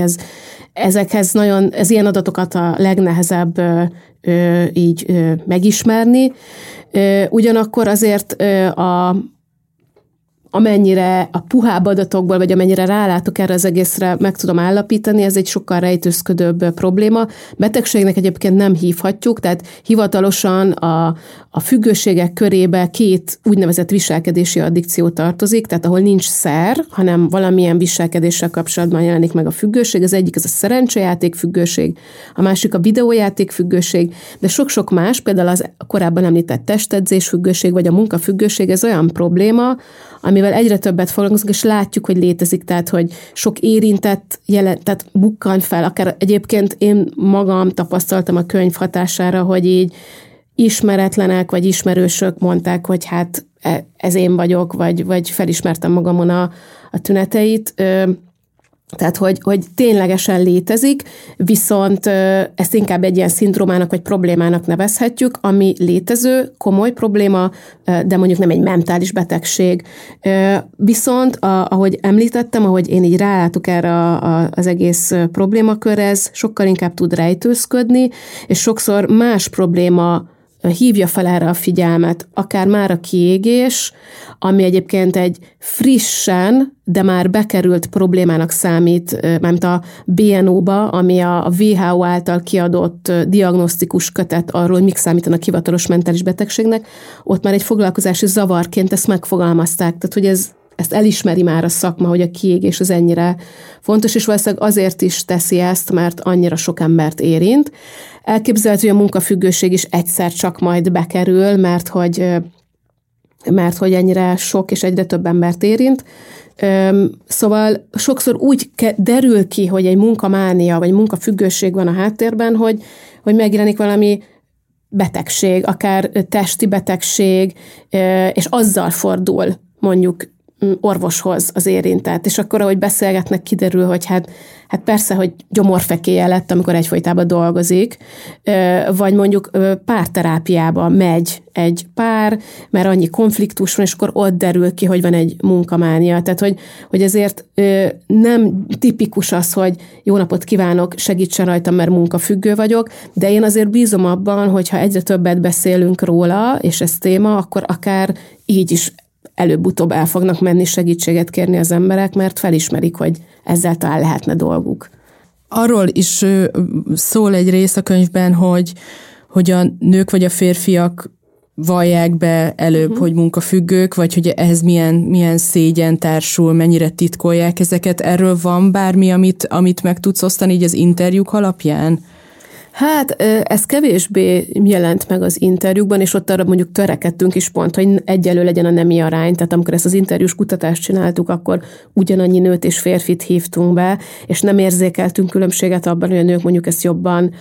Ez ilyen adatokat a legnehezebb így megismerni. Ugyanakkor azért amennyire a puhább adatokból, vagy amennyire rálátok erre az egészre, meg tudom állapítani, ez egy sokkal rejtőzködőbb probléma. Betegségnek egyébként nem hívhatjuk, tehát hivatalosan a függőségek körébe 2 úgynevezett viselkedési addikció tartozik, tehát ahol nincs szer, hanem valamilyen viselkedéssel kapcsolatban jelenik meg a függőség. Az egyik az a szerencsejáték függőség, a másik a videójáték függőség, de sok-sok más, például az korábban említett testedzés függőség, vagy a munkafüggőség, ez olyan probléma, amivel egyre többet foglalkozunk, és látjuk, hogy létezik, tehát, hogy sok érintett tehát bukkan fel, akár egyébként én magam tapasztaltam a könyv hatására, hogy így ismeretlenek, vagy ismerősök mondták, hogy hát ez én vagyok, vagy felismertem magamon a tüneteit. Tehát, hogy ténylegesen létezik, viszont ezt inkább egy ilyen szindrómának vagy problémának nevezhetjük, ami létező, komoly probléma, de mondjuk nem egy mentális betegség. Viszont, ahogy említettem, ahogy én így rálátok erre az egész problémakörre, ez sokkal inkább tud rejtőzködni, és sokszor más probléma hívja fel erre a figyelmet, akár már a kiégés, ami egyébként egy frissen, de már bekerült problémának számít, mármint a BNO-ba, ami a WHO által kiadott diagnosztikus kötet arról, hogy mik számítanak hivatalos mentális betegségnek, ott már egy foglalkozási zavarként ezt megfogalmazták, tehát hogy ezt elismeri már a szakma, hogy a kiégés az ennyire fontos, és valószínűleg azért is teszi ezt, mert annyira sok embert érint. Elképzelhető, hogy a munkafüggőség is egyszer csak majd bekerül, mert hogy ennyire sok és egyre több embert érint. Szóval sokszor úgy derül ki, hogy egy munkamánia vagy munkafüggőség van a háttérben, hogy megjelenik valami betegség, akár testi betegség, és azzal fordul mondjuk orvoshoz az érintett, és akkor, ahogy beszélgetnek, kiderül, hogy hát persze, hogy gyomorfekélye lett, amikor egyfolytában dolgozik, vagy mondjuk párterápiába megy egy pár, mert annyi konfliktus van, és akkor ott derül ki, hogy van egy munkamánia. Tehát, hogy ezért nem tipikus az, hogy jó napot kívánok, segítsen rajtam, mert munkafüggő vagyok, de én azért bízom abban, hogyha egyre többet beszélünk róla, és ez téma, akkor akár így is előbb-utóbb el fognak menni segítséget kérni az emberek, mert felismerik, hogy ezzel talán lehetne dolguk. Arról is szól egy rész a könyvben, hogy a nők vagy a férfiak vallják be előbb, hogy munkafüggők, vagy hogy ehhez milyen szégyen társul, mennyire titkolják ezeket. Erről van bármi, amit meg tudsz osztani így az interjúk alapján? Hát ez kevésbé jelent meg az interjúkban, és ott arra mondjuk törekedtünk is pont, hogy egyenlő legyen a nemi arány. Tehát amikor ezt az interjús kutatást csináltuk, akkor ugyanannyi nőt és férfit hívtunk be, és nem érzékeltünk különbséget abban, hogy a nők mondjuk ezt jobban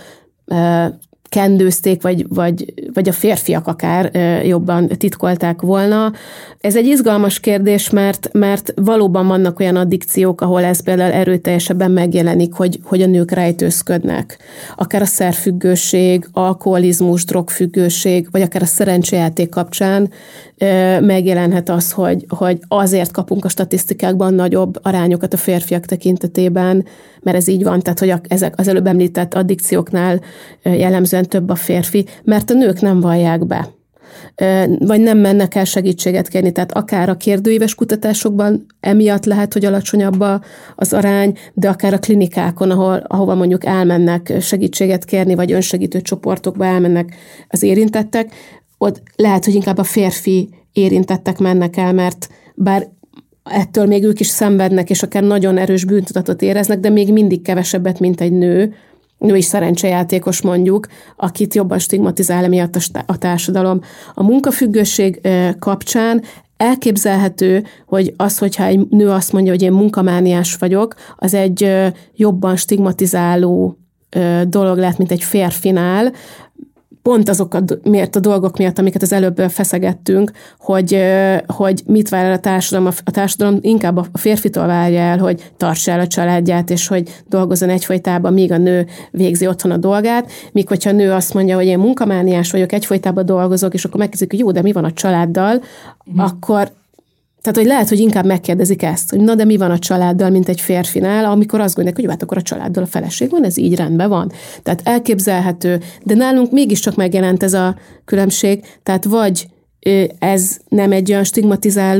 kendőzték, vagy a férfiak akár jobban titkolták volna. Ez egy izgalmas kérdés, mert valóban vannak olyan addikciók, ahol ez például erőteljesebben megjelenik, hogy a nők rejtőzködnek. Akár a szerfüggőség, alkoholizmus, drogfüggőség, vagy akár a szerencsejáték kapcsán megjelenhet az, hogy azért kapunk a statisztikákban nagyobb arányokat a férfiak tekintetében, mert ez így van, tehát hogy ezek az előbb említett addikcióknál jellemzően több a férfi, mert a nők nem vallják be, vagy nem mennek el segítséget kérni, tehát akár a kérdőíves kutatásokban emiatt lehet, hogy alacsonyabb az arány, de akár a klinikákon, ahova mondjuk elmennek segítséget kérni, vagy önsegítő csoportokba elmennek az érintettek, ott lehet, hogy inkább a férfi érintettek mennek el, mert bár ettől még ők is szenvednek, és akár nagyon erős bűntudatot éreznek, de még mindig kevesebbet, mint egy nő is szerencsejátékos mondjuk, akit jobban stigmatizál emiatt a társadalom. A munkafüggőség kapcsán elképzelhető, hogy az, hogyha egy nő azt mondja, hogy én munkamániás vagyok, az egy jobban stigmatizáló dolog lehet, mint egy férfinál, pont miért a dolgok miatt, amiket az előbb feszegettünk, hogy mit vár el a társadalom. A társadalom inkább a férfitől várja el, hogy tartsa el a családját, és hogy dolgozzon egyfolytában, míg a nő végzi otthon a dolgát, míg hogyha a nő azt mondja, hogy én munkamániás vagyok, egyfolytában dolgozok, és akkor megkezdik, hogy jó, de mi van a családdal, akkor tehát, hogy lehet, hogy inkább megkérdezik ezt, hogy na, de mi van a családdal, mint egy férfinál, amikor azt gondolják, hogy hát akkor a családdal a feleség van, ez így rendben van. Tehát elképzelhető, de nálunk mégiscsak megjelent ez a különbség, tehát vagy ez nem egy olyan stigmatizáló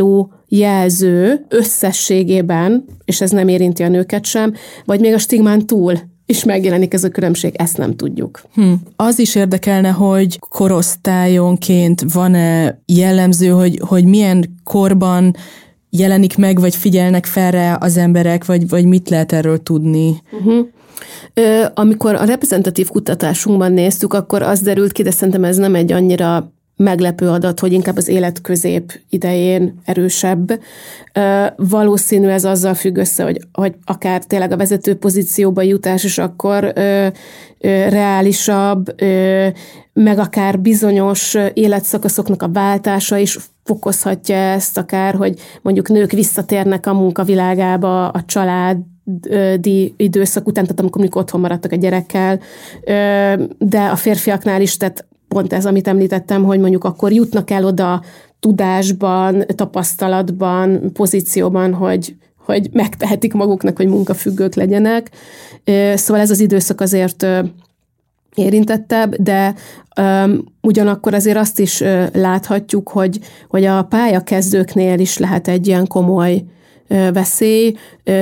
jelző összességében, és ez nem érinti a nőket sem, vagy még a stigmán túl is megjelenik ez a különbség, ezt nem tudjuk. Az is érdekelne, hogy korosztályonként van-e jellemző, hogy milyen korban jelenik meg, vagy figyelnek fel rá az emberek, vagy mit lehet erről tudni? Amikor a reprezentatív kutatásunkban néztük, akkor az derült ki, de szerintem ez nem egy annyira meglepő adat, hogy inkább az életközép idején erősebb. Valószínű ez azzal függ össze, hogy akár tényleg a vezető pozícióba jutás is akkor reálisabb, meg akár bizonyos életszakaszoknak a váltása is fokozhatja ezt, akár, hogy mondjuk nők visszatérnek a munkavilágába a családi időszak után, tehát amikor mondjuk otthon maradtak a gyerekkel, de a férfiaknál is, tehát pont ez, amit említettem, hogy mondjuk akkor jutnak el oda tudásban, tapasztalatban, pozícióban, hogy megtehetik maguknak, hogy munkafüggők legyenek. Szóval ez az időszak azért érintettebb, de ugyanakkor azért azt is láthatjuk, hogy a pályakezdőknél is lehet egy ilyen komoly veszély,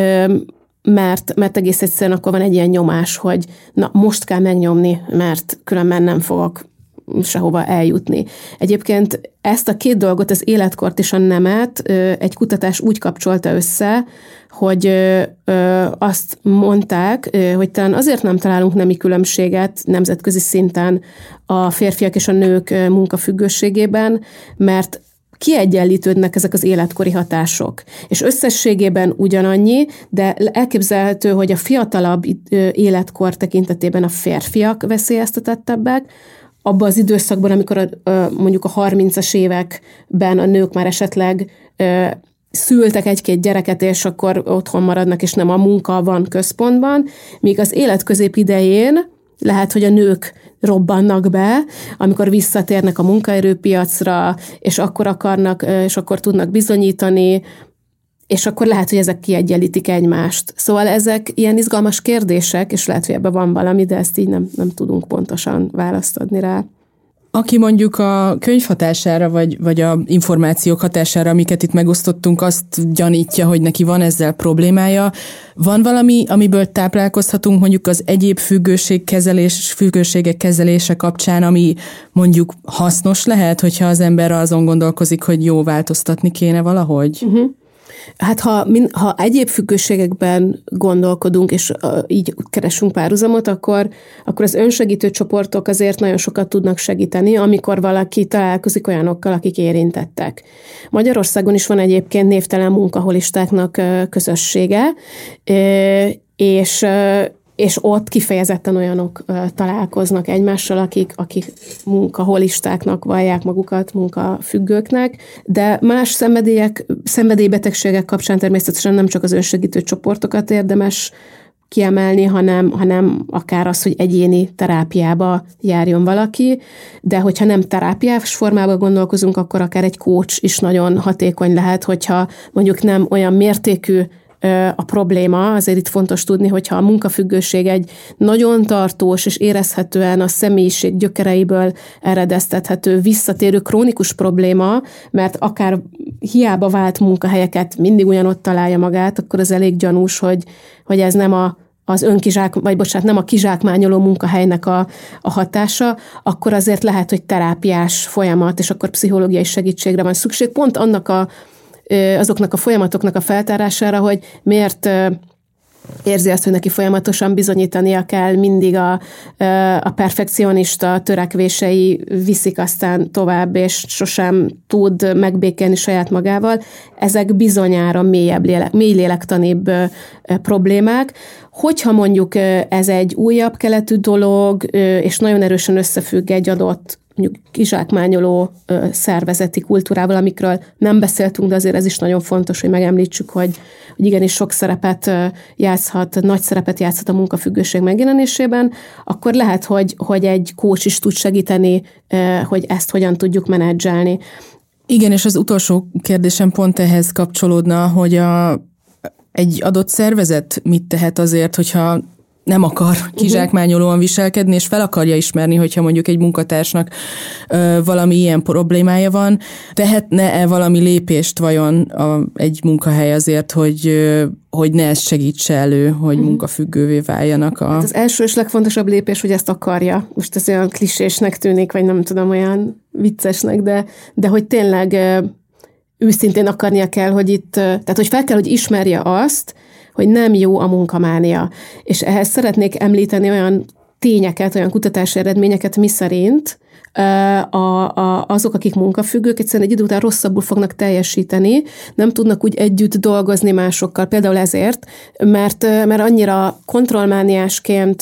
mert egész egyszerűen akkor van egy ilyen nyomás, hogy na most kell megnyomni, mert különben nem fogok sehova eljutni. Egyébként ezt a két dolgot, az életkort és a nemet egy kutatás úgy kapcsolta össze, hogy azt mondták, hogy talán azért nem találunk nemi különbséget nemzetközi szinten a férfiak és a nők munkafüggőségében, mert kiegyenlítődnek ezek az életkori hatások. És összességében ugyanannyi, de elképzelhető, hogy a fiatalabb életkor tekintetében a férfiak veszélyeztetettebbek, abban az időszakban, amikor mondjuk a 30-as években a nők már esetleg szültek egy-két gyereket, és akkor otthon maradnak, és nem a munka van központban, míg az életközép idején lehet, hogy a nők robbannak be, amikor visszatérnek a munkaerőpiacra, és akkor akarnak, és akkor tudnak bizonyítani, és akkor lehet, hogy ezek kiegyenlítik egymást. Szóval ezek ilyen izgalmas kérdések, és lehet, hogy ebben van valami, de ezt így nem tudunk pontosan választ adni rá. Aki mondjuk a könyv hatására, vagy a információk hatására, amiket itt megosztottunk, azt gyanítja, hogy neki van ezzel problémája. Van valami, amiből táplálkozhatunk mondjuk az egyéb függőségek kezelése kapcsán, ami mondjuk hasznos lehet, hogyha az ember azon gondolkozik, hogy jó, változtatni kéne valahogy? Hát ha egyéb függőségekben gondolkodunk, és így keresünk párhuzamot, akkor az önsegítő csoportok azért nagyon sokat tudnak segíteni, amikor valaki találkozik olyanokkal, akik érintettek. Magyarországon is van egyébként névtelen munkaholistáknak közössége, és ott kifejezetten olyanok találkoznak egymással, akik munkaholistáknak vallják magukat, munkafüggőknek, de más szenvedélybetegségek kapcsán természetesen nem csak az önsegítő csoportokat érdemes kiemelni, hanem akár az, hogy egyéni terápiába járjon valaki, de hogyha nem terápiás formában gondolkozunk, akkor akár egy coach is nagyon hatékony lehet, hogyha mondjuk nem olyan mértékű a probléma, azért itt fontos tudni, hogyha a munkafüggőség egy nagyon tartós és érezhetően a személyiség gyökereiből eredeztethető, visszatérő krónikus probléma, mert akár hiába vált munkahelyeket, mindig ugyanott találja magát, akkor az elég gyanús, hogy ez nem nem a kizsákmányoló munkahelynek a hatása, akkor azért lehet, hogy terápiás folyamat, és akkor pszichológiai segítségre van szükség. Pont azoknak a folyamatoknak a feltárására, hogy miért érzi azt, hogy neki folyamatosan bizonyítania kell, mindig a perfekcionista törekvései viszik aztán tovább, és sosem tud megbékélni saját magával. Ezek bizonyára mély lélektanibb problémák. Hogyha mondjuk ez egy újabb keletű dolog, és nagyon erősen összefügg egy adott mondjuk kizsákmányoló szervezeti kultúrával, amikről nem beszéltünk, de azért ez is nagyon fontos, hogy megemlítsük, hogy igenis sok nagy szerepet játszhat a munkafüggőség megjelenésében, akkor lehet, hogy egy coach is tud segíteni, hogy ezt hogyan tudjuk menedzselni. Igen, és az utolsó kérdésem pont ehhez kapcsolódna, hogy egy adott szervezet mit tehet azért, hogyha nem akar kizsákmányolóan viselkedni, és fel akarja ismerni, hogyha mondjuk egy munkatársnak valami ilyen problémája van, tehetne-e valami lépést vajon egy munkahely azért, hogy ne ezt segítse elő, hogy munkafüggővé váljanak Hát az első és legfontosabb lépés, hogy ezt akarja. Most ez olyan klisésnek tűnik, vagy nem tudom, olyan viccesnek, de hogy tényleg őszintén akarnia kell, hogy itt, tehát hogy fel kell, hogy ismerje azt, hogy nem jó a munkamánia. És ehhez szeretnék említeni olyan tényeket, olyan kutatási eredményeket, miszerint azok, akik munkafüggők, egyszerűen egy idő után rosszabbul fognak teljesíteni, nem tudnak úgy együtt dolgozni másokkal. Például ezért, mert annyira kontrollmániásként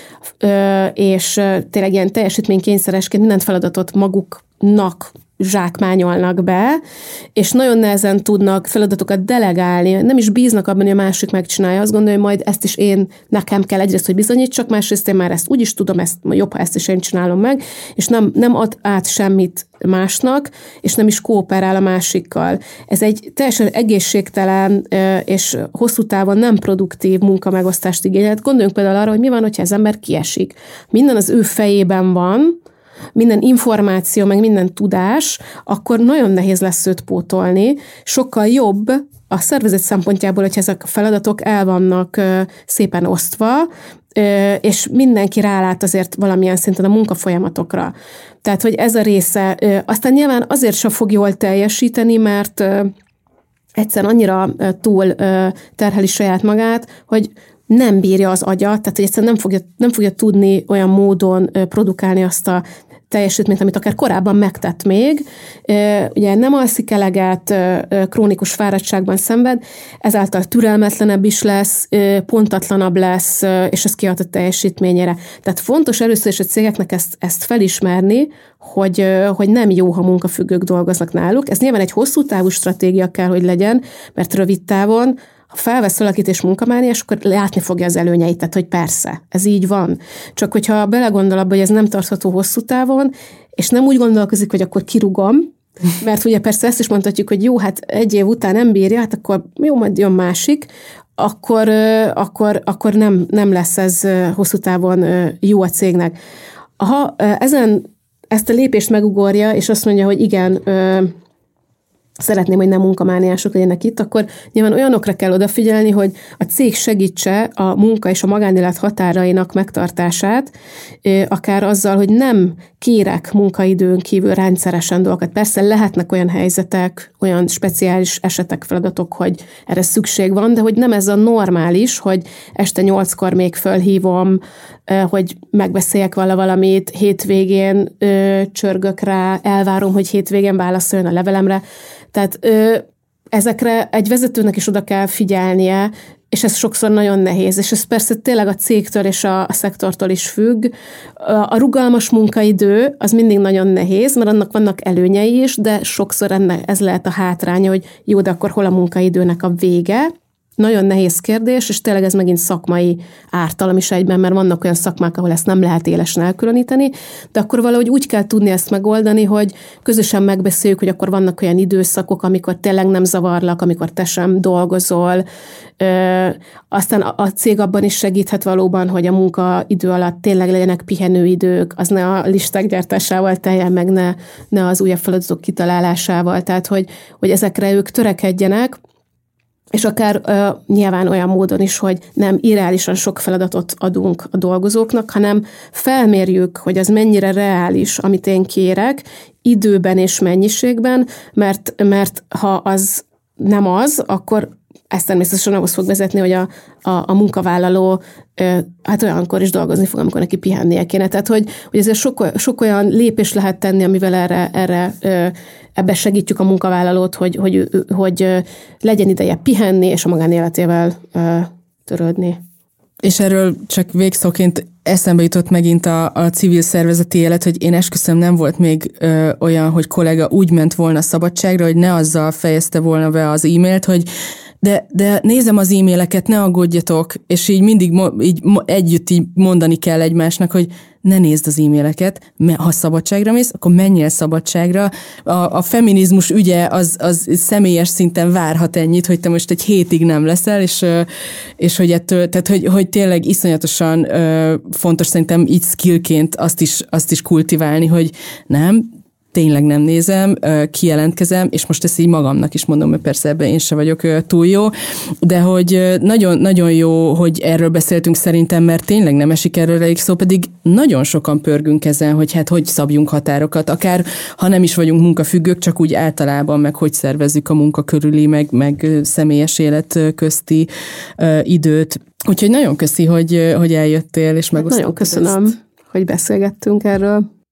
és tényleg ilyen teljesítménykényszeresként mindent feladatot maguknak zsákmányolnak be, és nagyon nehezen tudnak feladatokat delegálni, nem is bíznak abban, hogy a másik megcsinálja, azt gondolja, hogy majd ezt is nekem kell egyrészt, hogy bizonyítsak, másrészt én már ezt úgy is tudom, ezt jobb, ha ezt is én csinálom meg, és nem ad át semmit másnak, és nem is kooperál a másikkal. Ez egy teljesen egészségtelen és hosszú távon nem produktív munkamegosztást igényel. Gondoljunk például arra, hogy mi van, hogyha az ember kiesik. Minden az ő fejében van, minden információ, meg minden tudás, akkor nagyon nehéz lesz őt pótolni. Sokkal jobb a szervezet szempontjából, hogyha ezek a feladatok el vannak szépen osztva, és mindenki rálát azért valamilyen szinten a munkafolyamatokra. Tehát, hogy ez a része, aztán nyilván azért sem fog jól teljesíteni, mert egyszerűen annyira túl terheli saját magát, hogy nem bírja az agya, tehát hogy egyszerűen nem fogja tudni olyan módon produkálni azt a teljesítményt, amit akár korábban megtett még. Ugye nem alszik eleget, krónikus fáradtságban szenved, ezáltal türelmetlenebb is lesz, pontatlanabb lesz, és ez kihat a teljesítményére. Tehát fontos először is a cégeknek ezt felismerni, hogy nem jó, ha munkafüggők dolgoznak náluk. Ez nyilván egy hosszú távú stratégia kell, hogy legyen, mert rövid távon ha felvesz valakit és munkamániás, akkor látni fogja az előnyeit, tehát hogy persze, ez így van. Csak hogyha belegondol abba, hogy ez nem tartható hosszú távon, és nem úgy gondolkozik, hogy akkor kirugom, mert ugye persze ezt is mondhatjuk, hogy jó, hát egy év után nem bírja, hát akkor jó, majd jön másik, akkor nem lesz ez hosszú távon jó a cégnek. Ha ezt a lépést megugorja, és azt mondja, hogy igen, szeretném, hogy nem munkamániások legyenek itt, akkor nyilván olyanokra kell odafigyelni, hogy a cég segítse a munka és a magánélet határainak megtartását, akár azzal, hogy nem kérek munkaidőn kívül rendszeresen dolgokat. Persze lehetnek olyan helyzetek, olyan speciális esetek, feladatok, hogy erre szükség van, de hogy nem ez a normális, hogy este 8-kor még fölhívom, hogy megbeszéljek valamit, hétvégén csörgök rá, elvárom, hogy hétvégén válaszoljon a levelemre. Tehát ezekre egy vezetőnek is oda kell figyelnie, és ez sokszor nagyon nehéz, és ez persze tényleg a cégtől és a szektortól is függ. A rugalmas munkaidő az mindig nagyon nehéz, mert annak vannak előnyei is, de sokszor ez lehet a hátránya, hogy jó, de akkor hol a munkaidőnek a vége. Nagyon nehéz kérdés, és tényleg ez megint szakmai ártalom is egyben, mert vannak olyan szakmák, ahol ezt nem lehet élesen elkülöníteni, de akkor valahogy úgy kell tudni ezt megoldani, hogy közösen megbeszéljük, hogy akkor vannak olyan időszakok, amikor tényleg nem zavarlak, amikor te sem dolgozol. Aztán a cég abban is segíthet valóban, hogy a munkaidő alatt tényleg legyenek pihenőidők, az ne a listák gyártásával teljen meg, ne az újabb feladatok kitalálásával, tehát hogy ezekre ők törekedjenek, és akár nyilván olyan módon is, hogy nem irreálisan sok feladatot adunk a dolgozóknak, hanem felmérjük, hogy az mennyire reális, amit én kérek, időben és mennyiségben, mert ha az nem az, akkor ez természetesen ahhoz fog vezetni, hogy a munkavállaló hát olyankor is dolgozni fog, amikor neki pihennie kéne. Tehát, hogy ezért sok olyan lépés lehet tenni, amivel ebbe segítjük a munkavállalót, hogy legyen ideje pihenni, és a magánéletével törődni. És erről csak végszóként eszembe jutott megint a civil szervezeti élet, hogy én esküszöm, nem volt még olyan, hogy kollega úgy ment volna szabadságra, hogy ne azzal fejezte volna be az e-mailt, hogy de nézem az e-maileket, ne aggódjatok, és így mindig együtt így mondani kell egymásnak, hogy ne nézd az e-maileket, ha szabadságra mész, akkor menjél szabadságra. A feminizmus ügye az személyes szinten várhat ennyit, hogy te most egy hétig nem leszel, és hogy ettől, tehát hogy tényleg iszonyatosan fontos szerintem így skillként azt is kultiválni, hogy nem, tényleg nem nézem, kijelentkezem, és most ezt így magamnak is mondom, mert persze ebben én se vagyok túl jó, de hogy nagyon, nagyon jó, hogy erről beszéltünk szerintem, mert tényleg nem esik erről elég szó, pedig nagyon sokan pörgünk ezen, hogy hát hogy szabjunk határokat, akár ha nem is vagyunk munkafüggők, csak úgy általában, meg hogy szervezzük a munka körüli, meg személyes élet közti időt. Úgyhogy nagyon köszi, hogy eljöttél, és megosztottad. Nagyon köszönöm, hogy beszélgettünk erről.